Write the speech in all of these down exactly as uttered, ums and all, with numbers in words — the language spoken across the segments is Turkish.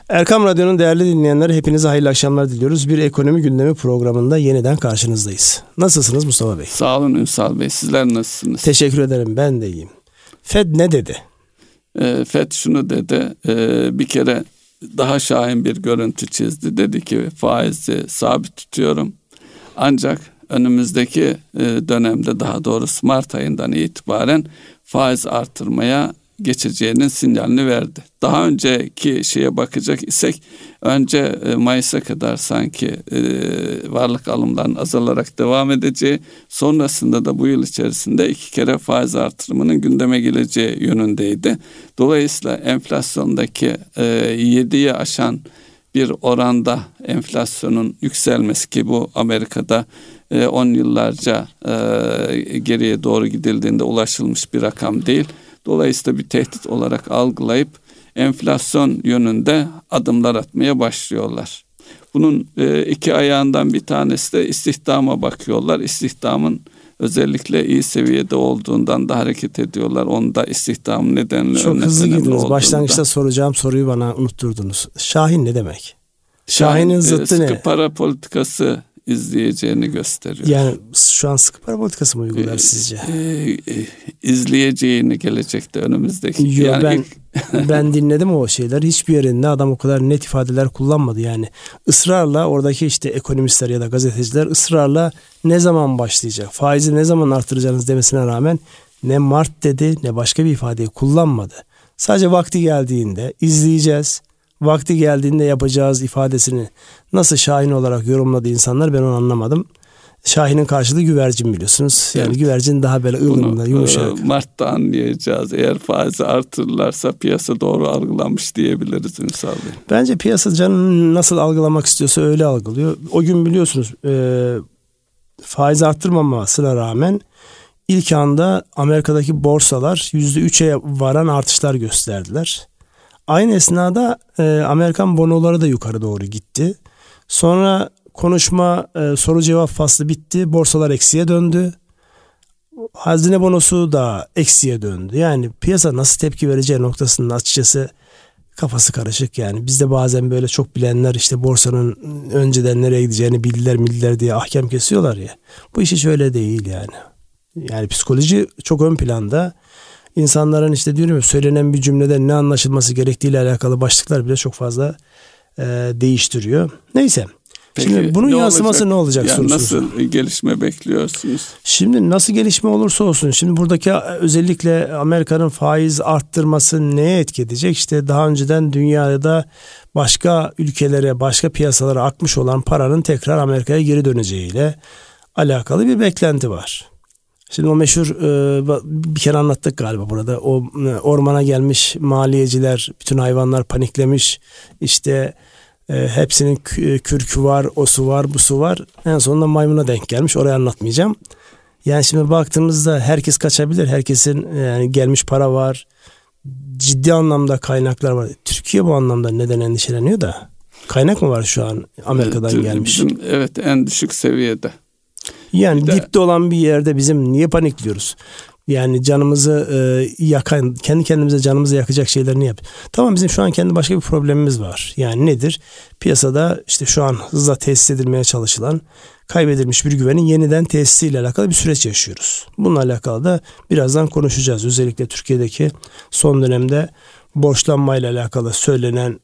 Erkam Radyo'nun değerli dinleyenleri, hepinize hayırlı akşamlar diliyoruz. Bir ekonomi gündemi programında yeniden karşınızdayız. Nasılsınız Mustafa Bey? Sağ olun Ünsal Bey. Sizler nasılsınız? Teşekkür ederim. Ben de iyiyim. Fed ne dedi? E, Fed şunu dedi. E, bir kere daha şahin bir görüntü çizdi. Dedi ki faizi sabit tutuyorum. Ancak önümüzdeki e, dönemde, daha doğrusu Mart ayından itibaren faiz artırmaya geçeceğinin sinyalini verdi. Daha önceki şeye bakacak isek, önce e, Mayıs'a kadar sanki e, varlık alımlarının azalarak devam edeceği, sonrasında da bu yıl içerisinde iki kere faiz artırımının gündeme geleceği yönündeydi. Dolayısıyla enflasyondaki e, yediyi aşan bir oranda enflasyonun yükselmesi, ki bu Amerika'da e, on yıllarca e, geriye doğru gidildiğinde ulaşılmış bir rakam değil. Dolayısıyla bir tehdit olarak algılayıp enflasyon yönünde adımlar atmaya başlıyorlar. Bunun e, iki ayağından bir tanesi de istihdama bakıyorlar. İstihdamın özellikle iyi seviyede olduğundan da hareket ediyorlar. Onu da istihdam nedenle çok hızlı girdiniz. Başlangıçta da. soracağım soruyu bana unutturdunuz. Şahin ne demek? Şahin, Şahin'in zıttı sıkı ne? Sıkı para politikası izleyeceğini gösteriyor. Yani şu an sıkı para politikası mı uygular ee, sizce? E, e, izleyeceğini gelecekte, önümüzdeki. Yo, yani ben ilk... ben dinledim o şeyler. Hiçbir yerinde adam o kadar net ifadeler kullanmadı. Yani ısrarla oradaki işte ekonomistler ya da gazeteciler ısrarla ne zaman başlayacak, faizi ne zaman artıracağınız demesine rağmen ne Mart dedi ne başka bir ifadeyi kullanmadı. Sadece vakti geldiğinde izleyeceğiz, vakti geldiğinde yapacağız ifadesini nasıl Şahin olarak yorumladı insanlar, ben onu anlamadım. Şahin'in karşılığı güvercin, biliyorsunuz. Yani evet. Güvercin daha böyle ılımlı, yumuşak. E, Mart'ta anlayacağız. Eğer faizi artırırlarsa piyasa doğru algılamış diyebiliriz Ünsal Bey. Bence piyasa canın nasıl algılamak istiyorsa öyle algılıyor. O gün biliyorsunuz e, faiz arttırmamasına rağmen ilk anda Amerika'daki borsalar yüzde üçe varan artışlar gösterdiler. Aynı esnada e, Amerikan bonoları da yukarı doğru gitti. Sonra konuşma, e, soru cevap faslı bitti. Borsalar eksiye döndü. Hazine bonosu da eksiye döndü. Yani piyasa nasıl tepki vereceği noktasında açıkçası kafası karışık yani. Bizde bazen böyle çok bilenler işte borsanın önceden nereye gideceğini bildiler mildiler diye ahkam kesiyorlar ya. Bu iş hiç öyle değil yani. Yani psikoloji çok ön planda. İnsanların işte diyorum ya, söylenen bir cümleden ne anlaşılması gerektiğiyle alakalı başlıklar bile çok fazla e, değiştiriyor. Neyse. Peki, şimdi bunun ne yansıması olacak? ne olacak yani sorusu. Nasıl gelişme bekliyorsunuz? Şimdi nasıl gelişme olursa olsun. Şimdi buradaki özellikle Amerika'nın faiz arttırması neye etki edecek? İşte daha önceden dünyada başka ülkelere, başka piyasalara akmış olan paranın tekrar Amerika'ya geri döneceğiyle alakalı bir beklenti var. Şimdi o meşhur bir kere anlattık galiba burada. O ormana gelmiş maliyeciler, bütün hayvanlar paniklemiş. İşte hepsinin kürkü var, osu var, busu var. En sonunda maymuna denk gelmiş. Orayı anlatmayacağım. Yani şimdi baktığımızda herkes kaçabilir. Herkesin yani gelmiş para var. Ciddi anlamda kaynaklar var. Türkiye bu anlamda neden endişeleniyor da? Kaynak mı var şu an Amerika'dan evet, gelmiş? Bizim, evet, en düşük seviyede. Yani de, dipte olan bir yerde bizim niye panikliyoruz? Yani canımızı e, yakan, kendi kendimize canımızı yakacak şeyler niye yap? Tamam, bizim şu an kendi başka bir problemimiz var. Yani nedir? Piyasada işte şu an hızla tesis edilmeye çalışılan kaybedilmiş bir güvenin yeniden tesisiyle alakalı bir süreç yaşıyoruz. Bununla alakalı da birazdan konuşacağız. Özellikle Türkiye'deki son dönemde borçlanmayla alakalı söylenen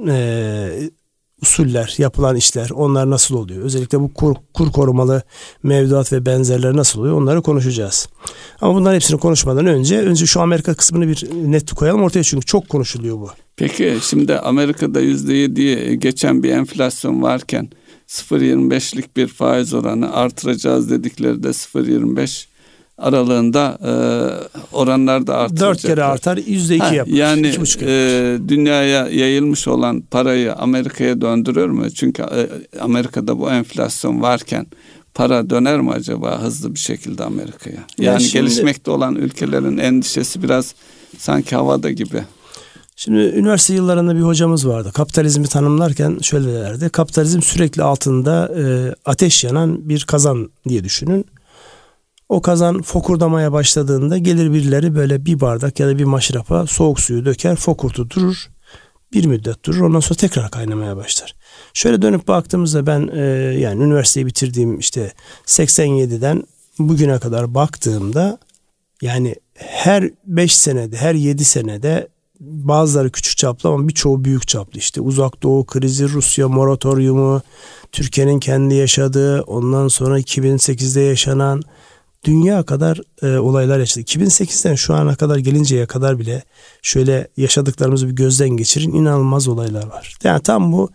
e, usuller, yapılan işler, onlar nasıl oluyor? Özellikle bu kur, kur korumalı mevduat ve benzerleri nasıl oluyor? Onları konuşacağız. Ama bunların hepsini konuşmadan önce önce şu Amerika kısmını bir net koyalım ortaya, çünkü çok konuşuluyor bu. Peki şimdi Amerika'da yüzde yediye geçen bir enflasyon varken sıfır virgül yirmi beşlik bir faiz oranı artıracağız dedikleri de sıfır virgül yirmi beş aralığında e, oranlar da artacak. Dört kere artar, yüzde iki yapar. Yani e, dünyaya yayılmış olan parayı Amerika'ya döndürür mü? Çünkü e, Amerika'da bu enflasyon varken para döner mi acaba hızlı bir şekilde Amerika'ya? Yani ya şimdi, gelişmekte olan ülkelerin endişesi biraz sanki havada gibi. Şimdi üniversite yıllarında bir hocamız vardı. Kapitalizmi tanımlarken şöyle derdi. Kapitalizm sürekli altında e, ateş yanan bir kazan diye düşünün. O kazan fokurdamaya başladığında gelir birileri böyle bir bardak ya da bir maşrapa soğuk suyu döker, fokurtu durur. Bir müddet durur, ondan sonra tekrar kaynamaya başlar. Şöyle dönüp baktığımızda ben e, yani üniversiteyi bitirdiğim işte seksen yediden bugüne kadar baktığımda yani her beş senede, her yedi senede bazıları küçük çaplı ama birçoğu büyük çaplı, işte Uzak Doğu krizi, Rusya moratoryumu, Türkiye'nin kendi yaşadığı, ondan sonra iki bin sekizde yaşanan dünya kadar e, olaylar yaşadık. iki bin sekizden şu ana kadar gelinceye kadar bile şöyle yaşadıklarımızı bir gözden geçirin, inanılmaz olaylar var. Yani tam bu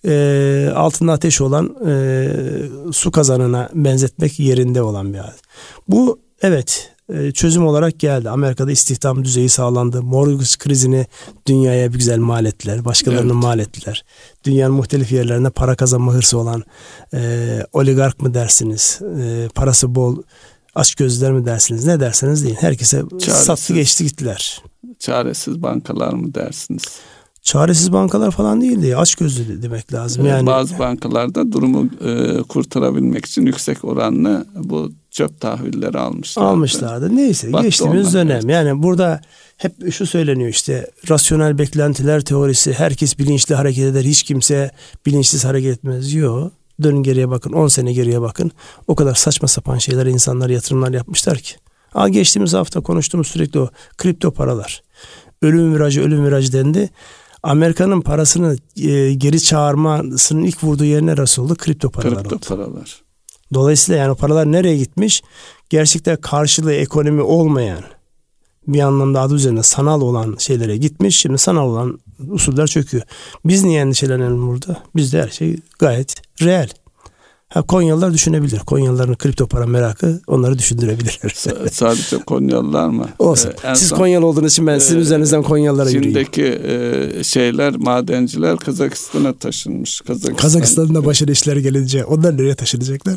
e, altında ateş olan e, su kazanına benzetmek yerinde olan bir hal. Bu evet e, çözüm olarak geldi. Amerika'da istihdam düzeyi sağlandı. Mortgage krizini dünyaya bir güzel mal ettiler. Başkalarını evet. mal ettiler. Dünyanın muhtelif yerlerine para kazanma hırsı olan e, oligark mı dersiniz, e, parası bol açgözlüler mi dersiniz, ne derseniz deyin. Herkese çaresiz, sattı geçti gittiler. Çaresiz bankalar mı dersiniz? Çaresiz bankalar falan değildi. Açgözlü demek lazım. Ee, yani bazı bankalarda durumu e, kurtarabilmek için yüksek oranlı bu çöp tahvilleri almışlardı. Almışlardı. Neyse Baktı geçtiğimiz dönem. Evet. Yani burada hep şu söyleniyor, işte rasyonel beklentiler teorisi, herkes bilinçli hareket eder, hiç kimse bilinçsiz hareket etmez. Yok. Dönün geriye bakın, on sene geriye bakın. O kadar saçma sapan şeyler, insanlar yatırımlar yapmışlar ki. Aa, geçtiğimiz hafta konuştuğumuz sürekli o kripto paralar. Ölüm virajı, ölüm virajı dendi. Amerika'nın parasını e, geri çağırmasının ilk vurduğu yer neresi oldu? Kripto paralar kripto oldu. paralar. Dolayısıyla yani o paralar nereye gitmiş? Gerçekten karşılığı ekonomi olmayan, bir anlamda adı üzerinde sanal olan şeylere gitmiş. Şimdi sanal olan usuller çöküyor. Biz niye endişelenelim burada? Bizde her şey gayet reel. Ha, Konyalılar düşünebilir. Konyalıların kripto para merakı onları düşündürebilirler. S- sadece Konyalılar mı? Olsun. Ee, Siz son, Konyalı olduğunuz için ben e, sizin üzerinizden Konyalılara yürüyeyim. Çin'deki e, şeyler, madenciler Kazakistan'a taşınmış. Kazakistan. Kazakistan'ın da başarılı işleri gelince onlar nereye taşınacaklar?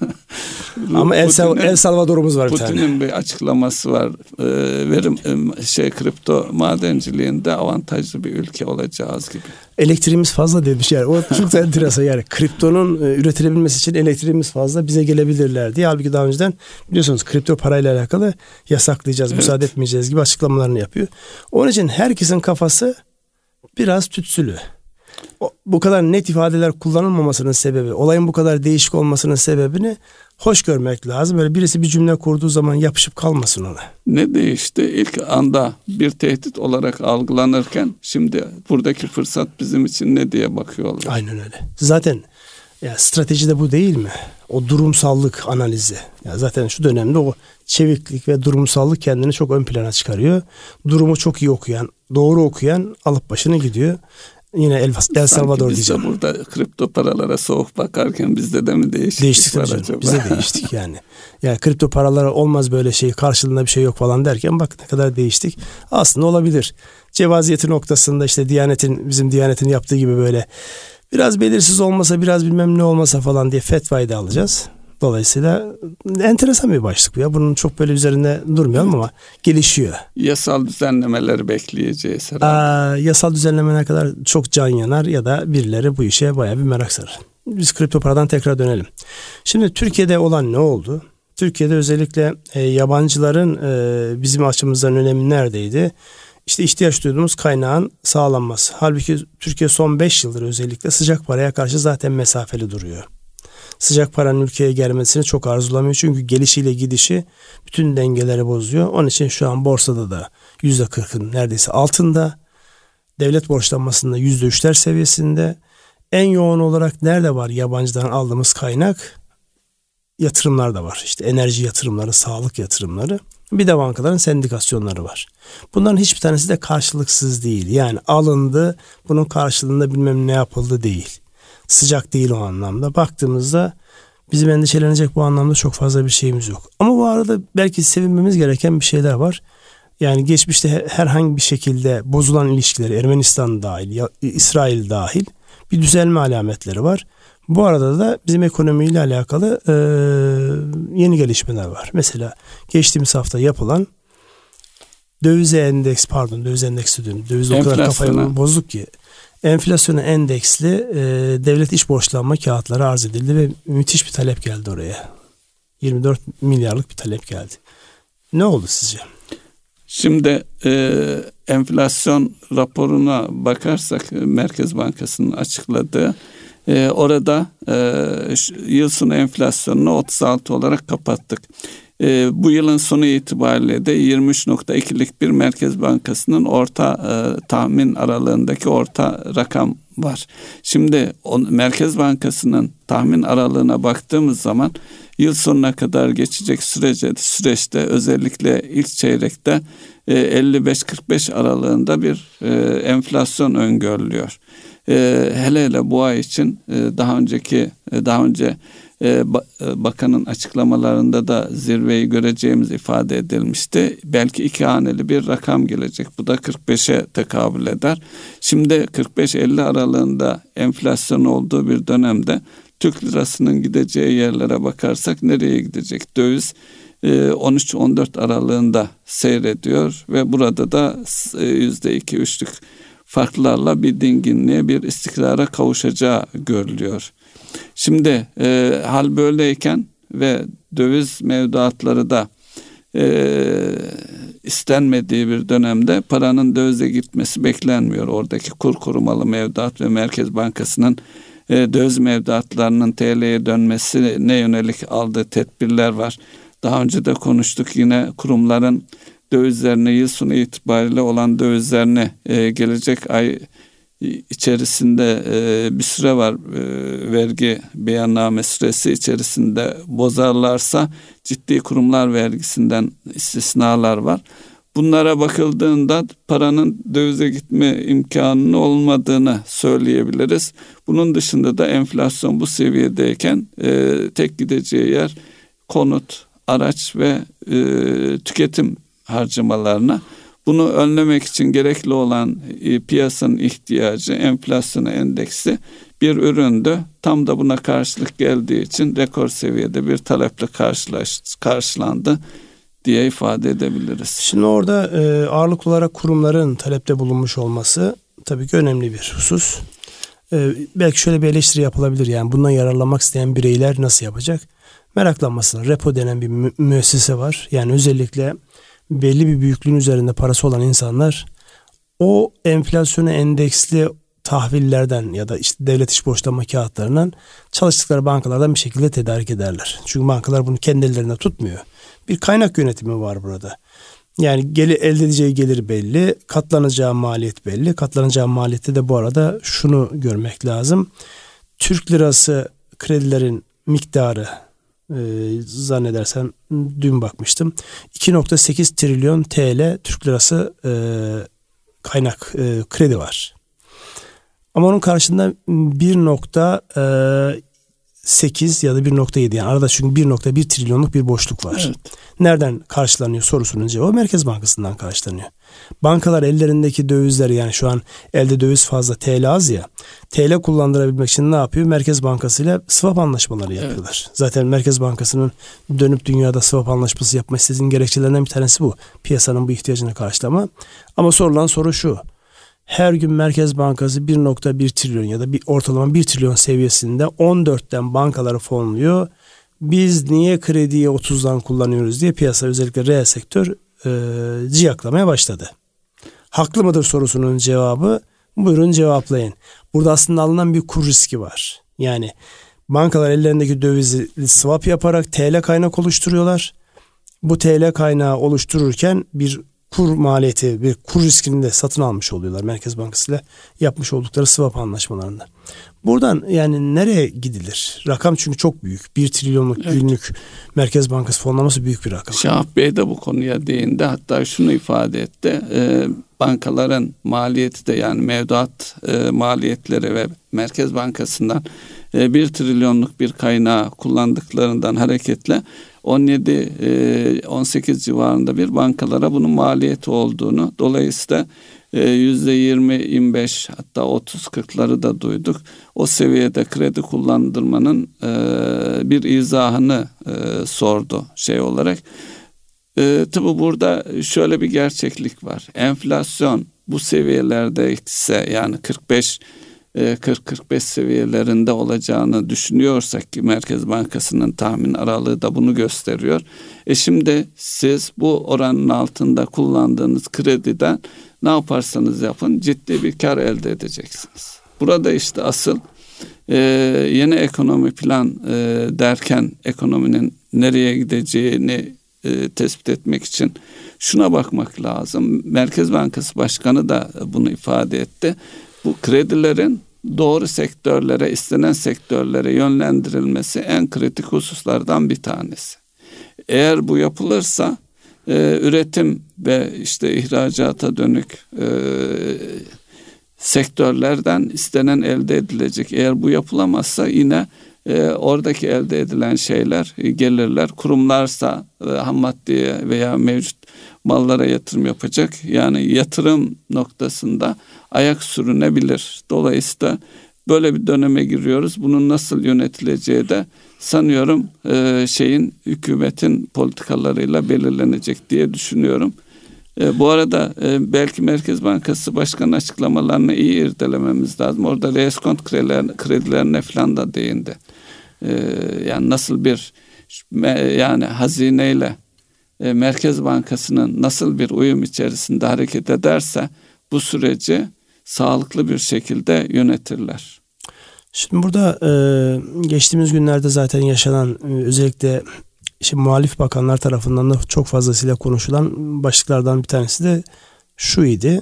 Ama El, Sal- El Salvador'umuz var bir Putin'in tane. Putin'in bir açıklaması var. E, verim e, şey kripto madenciliğinde avantajlı bir ülke olacağız gibi. Elektriğimiz fazla demiş yani. O çok enteresan yani. Kriptonun e, üretilebilmesi için elektriğimiz fazla, bize gelebilirler diye. Halbuki daha önceden biliyorsunuz kripto parayla alakalı yasaklayacağız, evet. müsaade etmeyeceğiz gibi açıklamalarını yapıyor. Onun için herkesin kafası biraz tütsülü. O, bu kadar net ifadeler kullanılmamasının sebebi, olayın bu kadar değişik olmasının sebebini hoş görmek lazım. Böyle birisi bir cümle kurduğu zaman yapışıp kalmasın ona. Ne değişti? İlk anda bir tehdit olarak algılanırken şimdi buradaki fırsat bizim için ne diye bakıyorlar. Aynen öyle. Zaten ya strateji de bu değil mi? O durumsallık analizi. Ya zaten şu dönemde o çeviklik ve durumsallık kendini çok ön plana çıkarıyor. Durumu çok iyi okuyan, doğru okuyan alıp başını gidiyor. Yine El, El Salvador diyeceğim. Biz de burada kripto paralara soğuk bakarken bizde de mi değişiklik Değiştik var canım. acaba? Biz de değiştik yani. Yani kripto paralara olmaz böyle şey, karşılığında bir şey yok falan derken bak ne kadar değiştik. Aslında olabilir. Cevaziyeti noktasında işte Diyanet'in, bizim Diyanet'in yaptığı gibi böyle biraz belirsiz olmasa, biraz bilmem ne olmasa falan diye fetvayı da alacağız. Dolayısıyla enteresan bir başlık bu ya. Bunun çok böyle üzerinde durmayalım, evet. ama gelişiyor. Yasal düzenlemeleri bekleyeceğiz herhalde. Aa, yasal düzenlemeler kadar çok can yanar ya da birileri bu işe bayağı bir merak sarar. Biz kripto paradan tekrar dönelim. Şimdi Türkiye'de olan ne oldu? Türkiye'de özellikle e, yabancıların e, bizim açımızdan önemi neredeydi? İşte ihtiyaç duyduğumuz kaynağın sağlanması. Halbuki Türkiye son beş yıldır özellikle sıcak paraya karşı zaten mesafeli duruyor. Sıcak paranın ülkeye gelmesini çok arzulamıyor. Çünkü gelişiyle gidişi bütün dengeleri bozuyor. Onun için şu an borsada da yüzde kırkın neredeyse altında. Devlet borçlanmasında yüzde üçler seviyesinde. En yoğun olarak nerede var yabancıdan aldığımız kaynak? Yatırımlar da var. İşte enerji yatırımları, sağlık yatırımları. Bir de bankaların sendikasyonları var. Bunların hiçbir tanesi de karşılıksız değil. Yani alındı, bunun karşılığında bilmem ne yapıldı değil. Sıcak değil o anlamda. Baktığımızda bizim endişelenecek bu anlamda çok fazla bir şeyimiz yok. Ama bu arada belki sevinmemiz gereken bir şeyler var. Yani geçmişte herhangi bir şekilde bozulan ilişkileri, Ermenistan dahil, İsrail dahil bir düzelme alametleri var. Bu arada da bizim ekonomiyle alakalı e, yeni gelişmeler var. Mesela geçtiğimiz hafta yapılan dövize endeks, pardon döviz endeksi diyorum. Döviz o kadar kafayı bozuk ki. Enflasyona endeksli e, devlet iç borçlanma kağıtları arz edildi ve müthiş bir talep geldi oraya. yirmi dört milyarlık bir talep geldi. Ne oldu sizce? Şimdi e, enflasyon raporuna bakarsak Merkez Bankası'nın açıkladığı e, orada e, yıl sonu enflasyonunu otuz altı olarak kapattık. E, bu yılın sonu itibariyle de yirmi üç nokta ikilik bir Merkez Bankası'nın orta e, tahmin aralığındaki orta rakam var. Şimdi o, Merkez Bankası'nın tahmin aralığına baktığımız zaman yıl sonuna kadar geçecek sürece, süreçte özellikle ilk çeyrekte e, elli beş kırk beş aralığında bir e, enflasyon öngörülüyor. E, hele hele bu ay için e, daha önceki e, daha önce e, ba, e, bakanın açıklamalarında da zirveyi göreceğimiz ifade edilmişti. Belki iki haneli bir rakam gelecek. Bu da kırk beşe tekabül eder. Şimdi kırk beş elli aralığında enflasyon olduğu bir dönemde Türk lirasının gideceği yerlere bakarsak nereye gidecek? Döviz on üç on dört aralığında seyrediyor ve burada da yüzde iki üçlük farklarla bir dinginliğe, bir istikrara kavuşacağı görülüyor. Şimdi e, hal böyleyken ve döviz mevduatları da e, istenmediği bir dönemde paranın dövize gitmesi beklenmiyor. Oradaki kur korumalı mevduat ve Merkez Bankası'nın e, döviz mevduatlarının T L'ye dönmesine yönelik aldığı tedbirler var. Daha önce de konuştuk, yine kurumların dövizlerini, yıl sonu itibariyle olan dövizlerini e, gelecek ay içerisinde e, bir süre var, e, vergi beyanname süresi içerisinde bozarlarsa ciddi kurumlar vergisinden istisnalar var. Bunlara bakıldığında paranın dövize gitme imkanının olmadığını söyleyebiliriz. Bunun dışında da enflasyon bu seviyedeyken e, tek gideceği yer konut, araç ve e, tüketim harcamalarına. Bunu önlemek için gerekli olan e, piyasanın ihtiyacı, enflasyon endeksi bir üründü. Tam da buna karşılık geldiği için rekor seviyede bir taleple karşılaş, karşılandı diye ifade edebiliriz. Şimdi orada e, ağırlıklı olarak kurumların talepte bulunmuş olması tabii ki önemli bir husus. E, belki şöyle bir eleştiri yapılabilir, yani bundan yararlanmak isteyen bireyler nasıl yapacak? Meraklanmasınlar. Repo denen bir mü- müessese var. Yani özellikle belli bir büyüklüğün üzerinde parası olan insanlar o enflasyona endeksli tahvillerden ya da işte devlet iş borçlanma kağıtlarından çalıştıkları bankalardan bir şekilde tedarik ederler. Çünkü bankalar bunu kendi ellerinde tutmuyor. Bir kaynak yönetimi var burada. Yani gel, elde edeceği gelir belli, katlanacağı maliyet belli. Katlanacağı maliyette de bu arada şunu görmek lazım. Türk lirası kredilerin miktarı, Ee, zannedersem dün bakmıştım, iki nokta sekiz trilyon T L Türk lirası e, kaynak e, kredi var. Ama onun karşında bir nokta sekiz ya da bir nokta yedi, yani arada çünkü bir nokta bir trilyonluk bir boşluk var. Evet. Nereden karşılanıyor sorusunun cevabı Merkez Bankası'ndan karşılanıyor. Bankalar ellerindeki dövizleri, yani şu an elde döviz fazla, T L az ya, T L kullandırabilmek için ne yapıyor? Merkez Bankası ile swap anlaşmaları yapıyorlar. Evet. Zaten Merkez Bankası'nın dönüp dünyada swap anlaşması yapma istediğinin gerekçelerinden bir tanesi bu. Piyasanın bu ihtiyacını karşılama. Ama sorulan soru şu: her gün Merkez Bankası bir nokta bir trilyon ya da bir ortalama bir trilyon seviyesinde on dörtten bankaları fonluyor. Biz niye krediyi otuzdan kullanıyoruz diye piyasa, özellikle reel sektör e, ciyaklamaya başladı. Haklı mıdır sorusunun cevabı, buyurun cevaplayın. Burada aslında alınan bir kur riski var. Yani bankalar ellerindeki dövizi swap yaparak T L kaynak oluşturuyorlar. Bu T L kaynağı oluştururken bir kur maliyeti, bir kur riskini de satın almış oluyorlar Merkez Bankası ile yapmış oldukları swap anlaşmalarında. Buradan yani nereye gidilir? Rakam çünkü çok büyük. Bir trilyonluk evet. günlük Merkez Bankası fonlaması büyük bir rakam. Şahap Bey de bu konuya değindi. Hatta şunu ifade etti. E, bankaların maliyeti de, yani mevduat e, maliyetleri ve Merkez Bankası'ndan e, bir trilyonluk bir kaynağı kullandıklarından hareketle on yedi on sekiz civarında bir bankalara bunun maliyeti olduğunu, dolayısıyla yüzde yirmi yirmi beş hatta otuz kırkları da duyduk. O seviyede kredi kullandırmanın bir izahını sordu şey olarak. Tabi burada şöyle bir gerçeklik var. Enflasyon bu seviyelerde ise, yani kırk beş kırk kırk beş seviyelerinde olacağını düşünüyorsak ki Merkez Bankası'nın tahmin aralığı da bunu gösteriyor. E şimdi siz bu oranın altında kullandığınız krediden ne yaparsanız yapın ciddi bir kar elde edeceksiniz. Burada işte asıl e, yeni ekonomi plan e, derken ekonominin nereye gideceğini e, tespit etmek için şuna bakmak lazım. Merkez Bankası Başkanı da bunu ifade etti. Bu kredilerin doğru sektörlere, istenen sektörlere yönlendirilmesi en kritik hususlardan bir tanesi. Eğer bu yapılırsa e, üretim ve işte ihracata dönük e, sektörlerden istenen elde edilecek. Eğer bu yapılamazsa yine e, oradaki elde edilen şeyler, e, gelirler, kurumlarsa e, ham maddeye veya mevcut mallara yatırım yapacak. Yani yatırım noktasında ayak sürünebilir. Dolayısıyla böyle bir döneme giriyoruz. Bunun nasıl yönetileceği de sanıyorum e, şeyin hükümetin politikalarıyla belirlenecek diye düşünüyorum. E, bu arada e, belki Merkez Bankası Başkanı açıklamalarını iyi irdelememiz lazım. Orada reeskont kredilerine, kredilerine falan da değindi. E, yani nasıl bir yani hazineyle e, Merkez Bankası'nın nasıl bir uyum içerisinde hareket ederse bu süreci sağlıklı bir şekilde yönetirler. Şimdi burada e, geçtiğimiz günlerde zaten yaşanan e, özellikle işte muhalif bakanlar tarafından da çok fazlasıyla konuşulan başlıklardan bir tanesi de şu idi.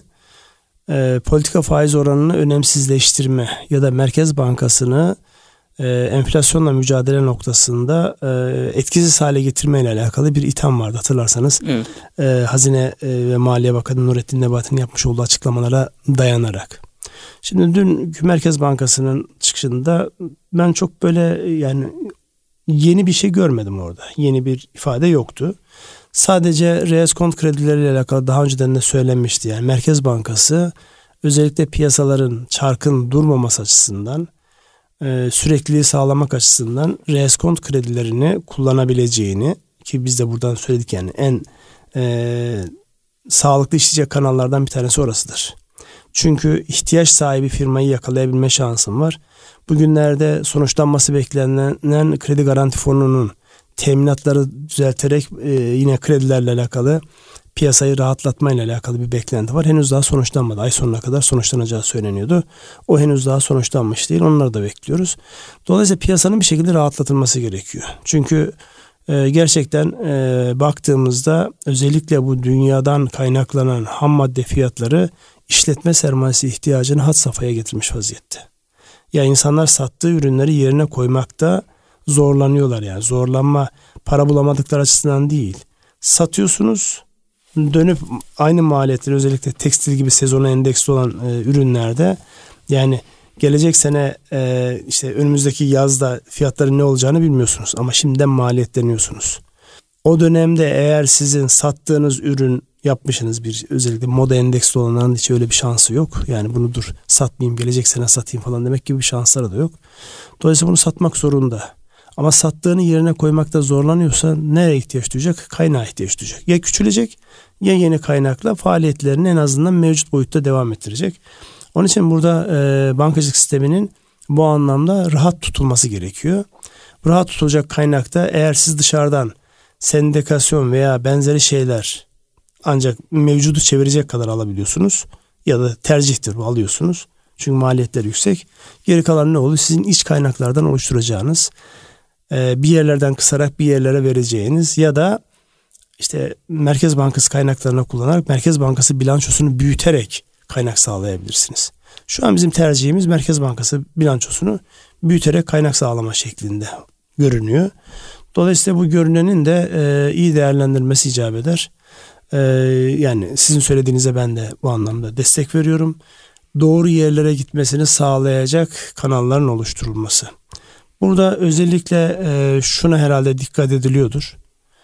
E, politika faiz oranını önemsizleştirme ya da Merkez Bankası'nı e, enflasyonla mücadele noktasında e, etkisiz hale getirme ile alakalı bir itham vardı hatırlarsanız. Evet. E, Hazine e, ve Maliye Bakanı Nurettin Nebati'nin yapmış olduğu açıklamalara dayanarak. Şimdi dün Merkez Bankası'nın çıkışında ben çok böyle yani yeni bir şey görmedim orada. Yeni bir ifade yoktu. Sadece reeskont kredileriyle alakalı daha önceden de söylenmişti. Yani Merkez Bankası özellikle piyasaların çarkın durmaması açısından e, sürekliliği sağlamak açısından reeskont kredilerini kullanabileceğini ki biz de buradan söyledik yani en e, sağlıklı işleyecek kanallardan bir tanesi orasıdır. Çünkü ihtiyaç sahibi firmayı yakalayabilme şansım var. Bugünlerde sonuçlanması beklenen kredi garanti fonunun teminatları düzelterek e, yine kredilerle alakalı piyasayı rahatlatmayla alakalı bir beklenti var. Henüz daha sonuçlanmadı. Ay sonuna kadar sonuçlanacağı söyleniyordu. O henüz daha sonuçlanmış değil. Onları da bekliyoruz. Dolayısıyla piyasanın bir şekilde rahatlatılması gerekiyor. Çünkü e, gerçekten e, baktığımızda özellikle bu dünyadan kaynaklanan ham madde fiyatları işletme sermayesi ihtiyacını had safhaya getirmiş vaziyette. Ya insanlar sattığı ürünleri yerine koymakta zorlanıyorlar yani. Zorlanma para bulamadıkları açısından değil. Satıyorsunuz, dönüp aynı maliyetleri özellikle tekstil gibi sezona endeksli olan e, ürünlerde yani gelecek sene e, işte önümüzdeki yazda fiyatların ne olacağını bilmiyorsunuz ama şimdiden maliyetleniyorsunuz. O dönemde eğer sizin sattığınız ürün yapmışsınız bir özellikle moda endeksli olanların hiç öyle bir şansı yok. Yani bunu dur satmayayım gelecek sene satayım falan demek gibi bir şansları da yok. Dolayısıyla bunu satmak zorunda. Ama sattığını yerine koymakta zorlanıyorsa nereye ihtiyaç duyacak? Kaynağa ihtiyaç duyacak. Ya küçülecek ya yeni kaynakla faaliyetlerini en azından mevcut boyutta devam ettirecek. Onun için burada e, bankacılık sisteminin bu anlamda rahat tutulması gerekiyor. Rahat tutulacak kaynakta eğer siz dışarıdan sendikasyon veya benzeri şeyler ancak mevcudu çevirecek kadar alabiliyorsunuz ya da tercihtir bu alıyorsunuz. Çünkü maliyetler yüksek. Geri kalan ne olur? Sizin iç kaynaklardan oluşturacağınız bir yerlerden kısarak bir yerlere vereceğiniz ya da işte Merkez Bankası kaynaklarını kullanarak Merkez Bankası bilançosunu büyüterek kaynak sağlayabilirsiniz. Şu an bizim tercihimiz Merkez Bankası bilançosunu büyüterek kaynak sağlama şeklinde görünüyor. Dolayısıyla bu görünenin de e, iyi değerlendirilmesi icap eder. E, yani sizin söylediğinize ben de bu anlamda destek veriyorum. Doğru yerlere gitmesini sağlayacak kanalların oluşturulması. Burada özellikle e, şuna herhalde dikkat ediliyordur.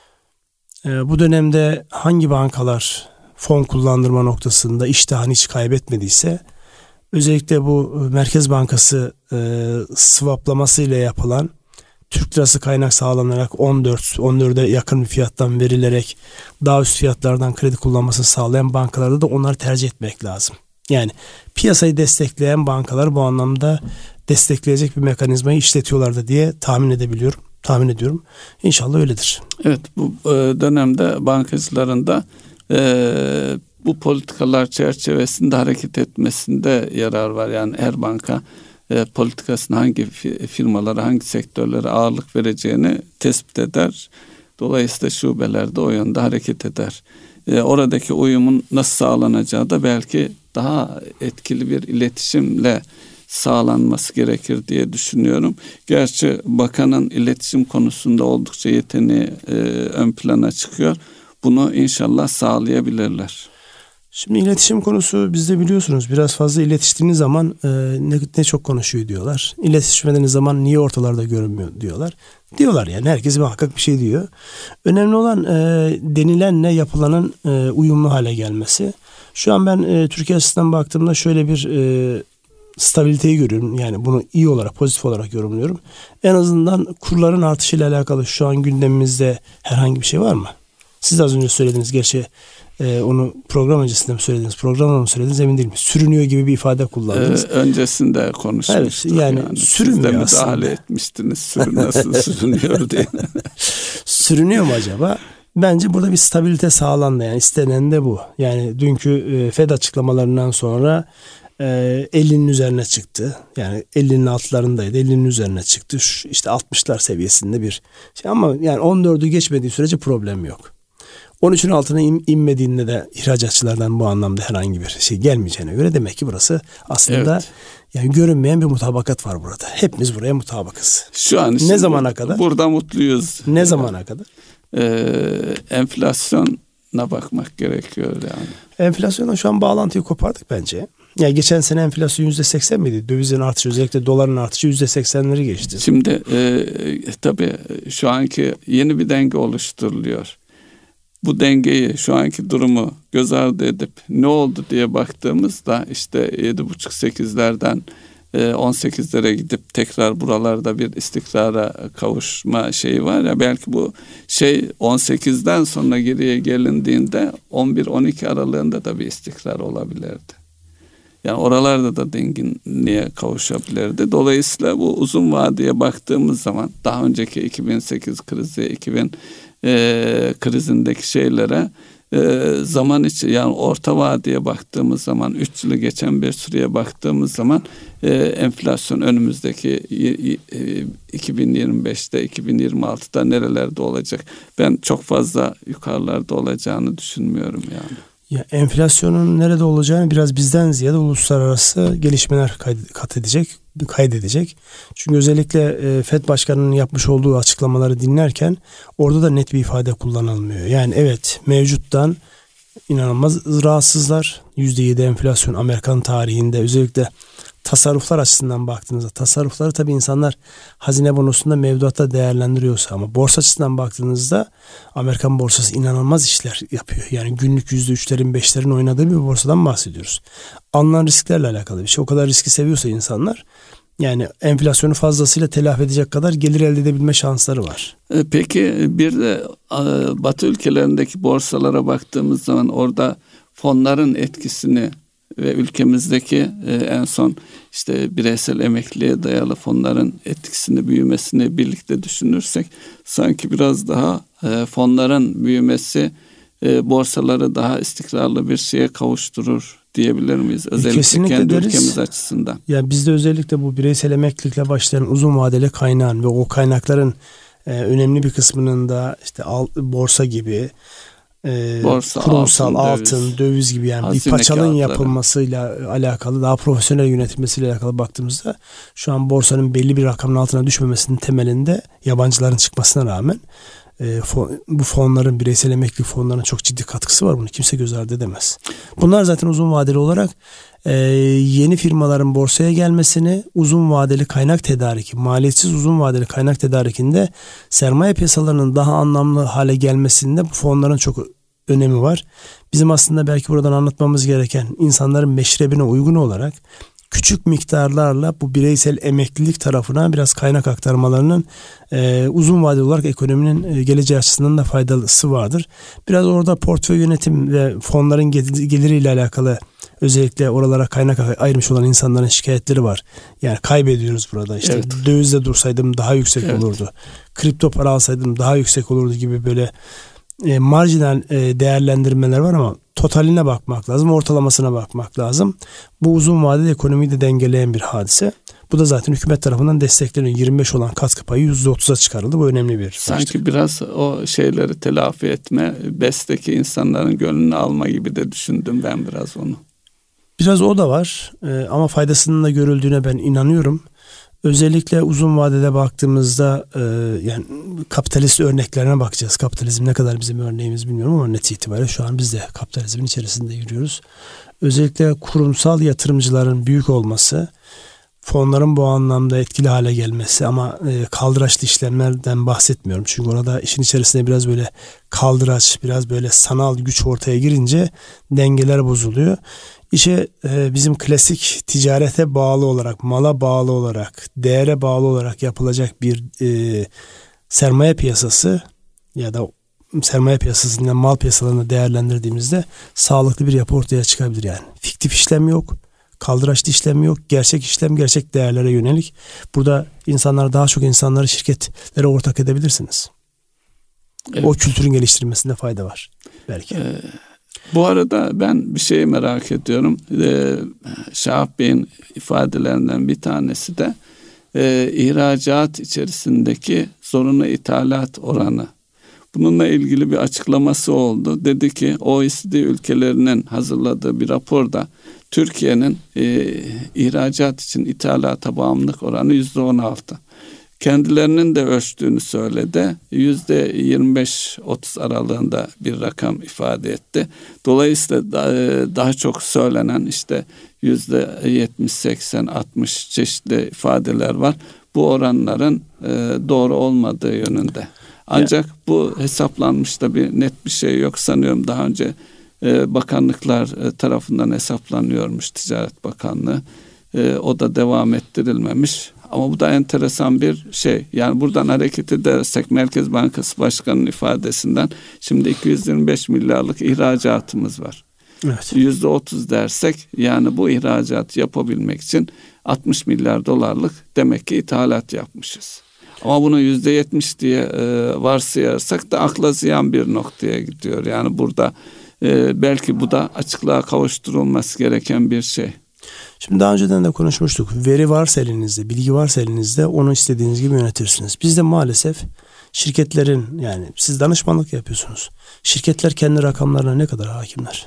E, bu dönemde hangi bankalar fon kullandırma noktasında iştahını hiç kaybetmediyse özellikle bu Merkez Bankası e, swaplaması ile yapılan Türk lirası kaynak sağlanarak on dört on dörde yakın bir fiyattan verilerek daha üst fiyatlardan kredi kullanmasını sağlayan bankalarda da onları tercih etmek lazım. Yani piyasayı destekleyen bankalar bu anlamda destekleyecek bir mekanizmayı işletiyorlardı diye tahmin edebiliyorum. Tahmin ediyorum. İnşallah öyledir. Evet, bu dönemde bankacıların da e, bu politikalar çerçevesinde hareket etmesinde yarar var. Yani her banka e, politikasının hangi firmalara, hangi sektörlere ağırlık vereceğini tespit eder. Dolayısıyla şubelerde o yönde hareket eder. E, oradaki uyumun nasıl sağlanacağı da belki daha etkili bir iletişimle sağlanması gerekir diye düşünüyorum. Gerçi bakanın iletişim konusunda oldukça yeteneği e, ön plana çıkıyor. Bunu inşallah sağlayabilirler. Şimdi iletişim konusu bizde biliyorsunuz biraz fazla iletiştiğiniz zaman e, ne, ne çok konuşuyor diyorlar. İletişmediğiniz zaman niye ortalarda görünmüyor diyorlar. Diyorlar yani herkes muhakkak bir şey diyor. Önemli olan e, denilenle yapılanın e, uyumlu hale gelmesi. Şu an ben e, Türkiye açısından baktığımda şöyle bir e, stabiliteyi görüyorum. Yani bunu iyi olarak, pozitif olarak yorumluyorum. En azından kurların artışıyla alakalı şu an gündemimizde herhangi bir şey var mı? Siz de az önce söylediniz. Gerçi e, onu program öncesinde mi söylediniz? Programda mı söylediniz? Emin değilim. Sürünüyor gibi bir ifade kullandınız. Ee, öncesinde konuşmuştuk. Evet, yani, yani sürünmüyor aslında. Siz de müdahale etmiştiniz. Sürü nasıl sürünüyor diye. Sürünüyor mu acaba? Bence burada bir stabilite sağlandı. Yani istenen de bu. Yani dünkü e, Fed açıklamalarından sonra ellinin üzerine çıktı. Yani ellinin altlarındaydı. ellinin üzerine çıktı. Şu işte altmışlar seviyesinde bir şey ama yani on dördü geçmediği sürece problem yok. on üçün altına in, inmediğinde de ihracatçılardan bu anlamda herhangi bir şey gelmeyeceğine göre demek ki burası aslında evet. Yani görünmeyen bir mutabakat var burada. Hepimiz buraya mutabakız. Şu an ne zamana bu, kadar? Burada mutluyuz. Ne yani, zamana kadar? Ee, enflasyona bakmak gerekiyor yani. Enflasyonla şu an bağlantıyı kopardık bence. Ya geçen sene enflasyon yüzde seksen miydi? Dövizin artışı, özellikle doların artışı yüzde seksenleri geçti. Şimdi e, tabii şu anki yeni bir denge oluşturuluyor. Bu dengeyi, şu anki durumu göz ardı edip ne oldu diye baktığımızda işte yedi buçuk sekizlerden on sekizlere gidip tekrar buralarda bir istikrara kavuşma şeyi var ya, belki bu şey on sekizden sonra geriye gelindiğinde on bir on iki aralığında da bir istikrar olabilirdi. Yani oralarda da denginliğe kavuşabilirdi. Dolayısıyla bu uzun vadeye baktığımız zaman daha önceki iki bin sekiz krizi, iki bin e, krizindeki şeylere e, zaman içi, yani orta vadeye baktığımız zaman, üç yılı geçen bir süreye baktığımız zaman e, enflasyon önümüzdeki e, iki bin yirmi beşte, iki bin yirmi altıda nerelerde olacak? Ben çok fazla yukarılarda olacağını düşünmüyorum yani. Ya enflasyonun nerede olacağını biraz bizden ziyade uluslararası gelişmeler kaydedecek, kaydedecek. Çünkü özellikle Fed Başkanı'nın yapmış olduğu açıklamaları dinlerken orada da net bir ifade kullanılmıyor. Yani evet, mevcuttan inanılmaz rahatsızlar. yüzde yedi enflasyon Amerikan tarihinde, özellikle tasarruflar açısından baktığınızda, tasarrufları tabii insanlar hazine bonosunda, mevduatta değerlendiriyorsa, ama borsa açısından baktığınızda Amerikan borsası inanılmaz işler yapıyor. Yani günlük yüzde üçlerin beşlerin oynadığı bir borsadan bahsediyoruz. Alınan risklerle alakalı bir şey. O kadar riski seviyorsa insanlar, yani enflasyonu fazlasıyla telafi edecek kadar gelir elde edebilme şansları var. Peki bir de Batı ülkelerindeki borsalara baktığımız zaman orada fonların etkisini ve ülkemizdeki e, en son işte bireysel emekliliğe dayalı fonların etkisini, büyümesini birlikte düşünürsek sanki biraz daha e, fonların büyümesi e, borsaları daha istikrarlı bir şeye kavuşturur diyebilir miyiz? Özellikle kesinlikle kendi deriz. Ülkemiz açısından. Ya bizde özellikle bu bireysel emeklilikle başlayan uzun vadeli kaynağın ve o kaynakların e, önemli bir kısmının da işte al, borsa gibi, Ee, Borsa, kurumsal altın, altın döviz, döviz gibi, yani bir paçalın kağıtları yapılmasıyla alakalı, daha profesyonel yönetilmesiyle alakalı baktığımızda şu an borsanın belli bir rakamın altına düşmemesinin temelinde yabancıların çıkmasına rağmen e, fon, bu fonların, bireysel emeklilik fonlarının çok ciddi katkısı var. Bunu kimse göz ardı edemez. Bunlar zaten uzun vadeli olarak e, yeni firmaların borsaya gelmesini, uzun vadeli kaynak tedariki, maliyetsiz uzun vadeli kaynak tedarikinde sermaye piyasalarının daha anlamlı hale gelmesinde bu fonların çok önemi var. Bizim aslında belki buradan anlatmamız gereken, insanların meşrebine uygun olarak küçük miktarlarla bu bireysel emeklilik tarafına biraz kaynak aktarmalarının e, uzun vadeli olarak ekonominin e, geleceği açısından da faydalısı vardır. Biraz orada portföy yönetim ve fonların geliriyle alakalı, özellikle oralara kaynak ayırmış olan insanların şikayetleri var. Yani kaybediyoruz burada. İşte evet. Dövizde dursaydım daha yüksek evet. olurdu. Kripto para alsaydım daha yüksek olurdu gibi böyle e, marjinal e, değerlendirmeler var, ama totaline bakmak lazım, ortalamasına bakmak lazım. Bu uzun vadede ekonomiyi de dengeleyen bir hadise. Bu da zaten hükümet tarafından destekleniyor. yirmi beş olan katkı payı yüzde otuza çıkarıldı. Bu önemli bir Sanki başlık. biraz o şeyleri telafi etme, BES'teki insanların gönlünü alma gibi de düşündüm ben biraz onu. Biraz o da var ee, ama faydasının da görüldüğüne ben inanıyorum. Özellikle uzun vadede baktığımızda e, yani kapitalist örneklerine bakacağız. Kapitalizm ne kadar bizim örneğimiz bilmiyorum ama netice itibariyle şu an biz de kapitalizmin içerisinde yürüyoruz. Özellikle kurumsal yatırımcıların büyük olması, fonların bu anlamda etkili hale gelmesi ama e, kaldıraçlı işlemlerden bahsetmiyorum. Çünkü orada işin içerisinde biraz böyle kaldıraç, biraz böyle sanal güç ortaya girince dengeler bozuluyor. İşe e, bizim klasik ticarete bağlı olarak, mala bağlı olarak, değere bağlı olarak yapılacak bir e, sermaye piyasası ya da sermaye piyasasından mal piyasalarını değerlendirdiğimizde sağlıklı bir yapı ortaya çıkabilir yani. Fiktif işlem yok. Kaldıraçlı işlem yok. Gerçek işlem, gerçek değerlere yönelik. Burada insanlar, daha çok insanları şirketlere ortak edebilirsiniz. Evet. O kültürün geliştirilmesinde fayda var belki. Ee, bu arada ben bir şeyi merak ediyorum. Ee, Şahap Bey'in ifadelerinden bir tanesi de e, ihracat içerisindeki zorunlu ithalat oranı. Bununla ilgili bir açıklaması oldu. Dedi ki O E C D ülkelerinin hazırladığı bir raporda Türkiye'nin e, ihracat için ithalata bağımlılık oranı yüzde on altı. Kendilerinin de ölçtüğünü söyledi. yüzde yirmi beş otuz aralığında bir rakam ifade etti. Dolayısıyla daha çok söylenen işte yüzde yetmiş seksen altmış çeşitli ifadeler var. Bu oranların e, doğru olmadığı yönünde. Ancak yeah. bu hesaplanmış da bir net bir şey yok sanıyorum. Daha önce e, bakanlıklar e, tarafından hesaplanıyormuş, Ticaret Bakanlığı. E, o da devam ettirilmemiş. Ama bu da enteresan bir şey. Yani buradan hareket edersek Merkez Bankası Başkanı'nın ifadesinden şimdi iki yüz yirmi beş milyarlık ihracatımız var. Evet. yüzde otuz dersek yani bu ihracatı yapabilmek için altmış milyar dolarlık demek ki ithalat yapmışız. Ama bunu yüzde yetmiş diye e, varsayarsak da akla ziyan bir noktaya gidiyor. Yani burada e, belki bu da açıklığa kavuşturulması gereken bir şey. Şimdi daha önceden de konuşmuştuk. Veri varsa elinizde, bilgi varsa elinizde onu istediğiniz gibi yönetirsiniz. Bizde maalesef şirketlerin, yani siz danışmanlık yapıyorsunuz. Şirketler kendi rakamlarına ne kadar hakimler?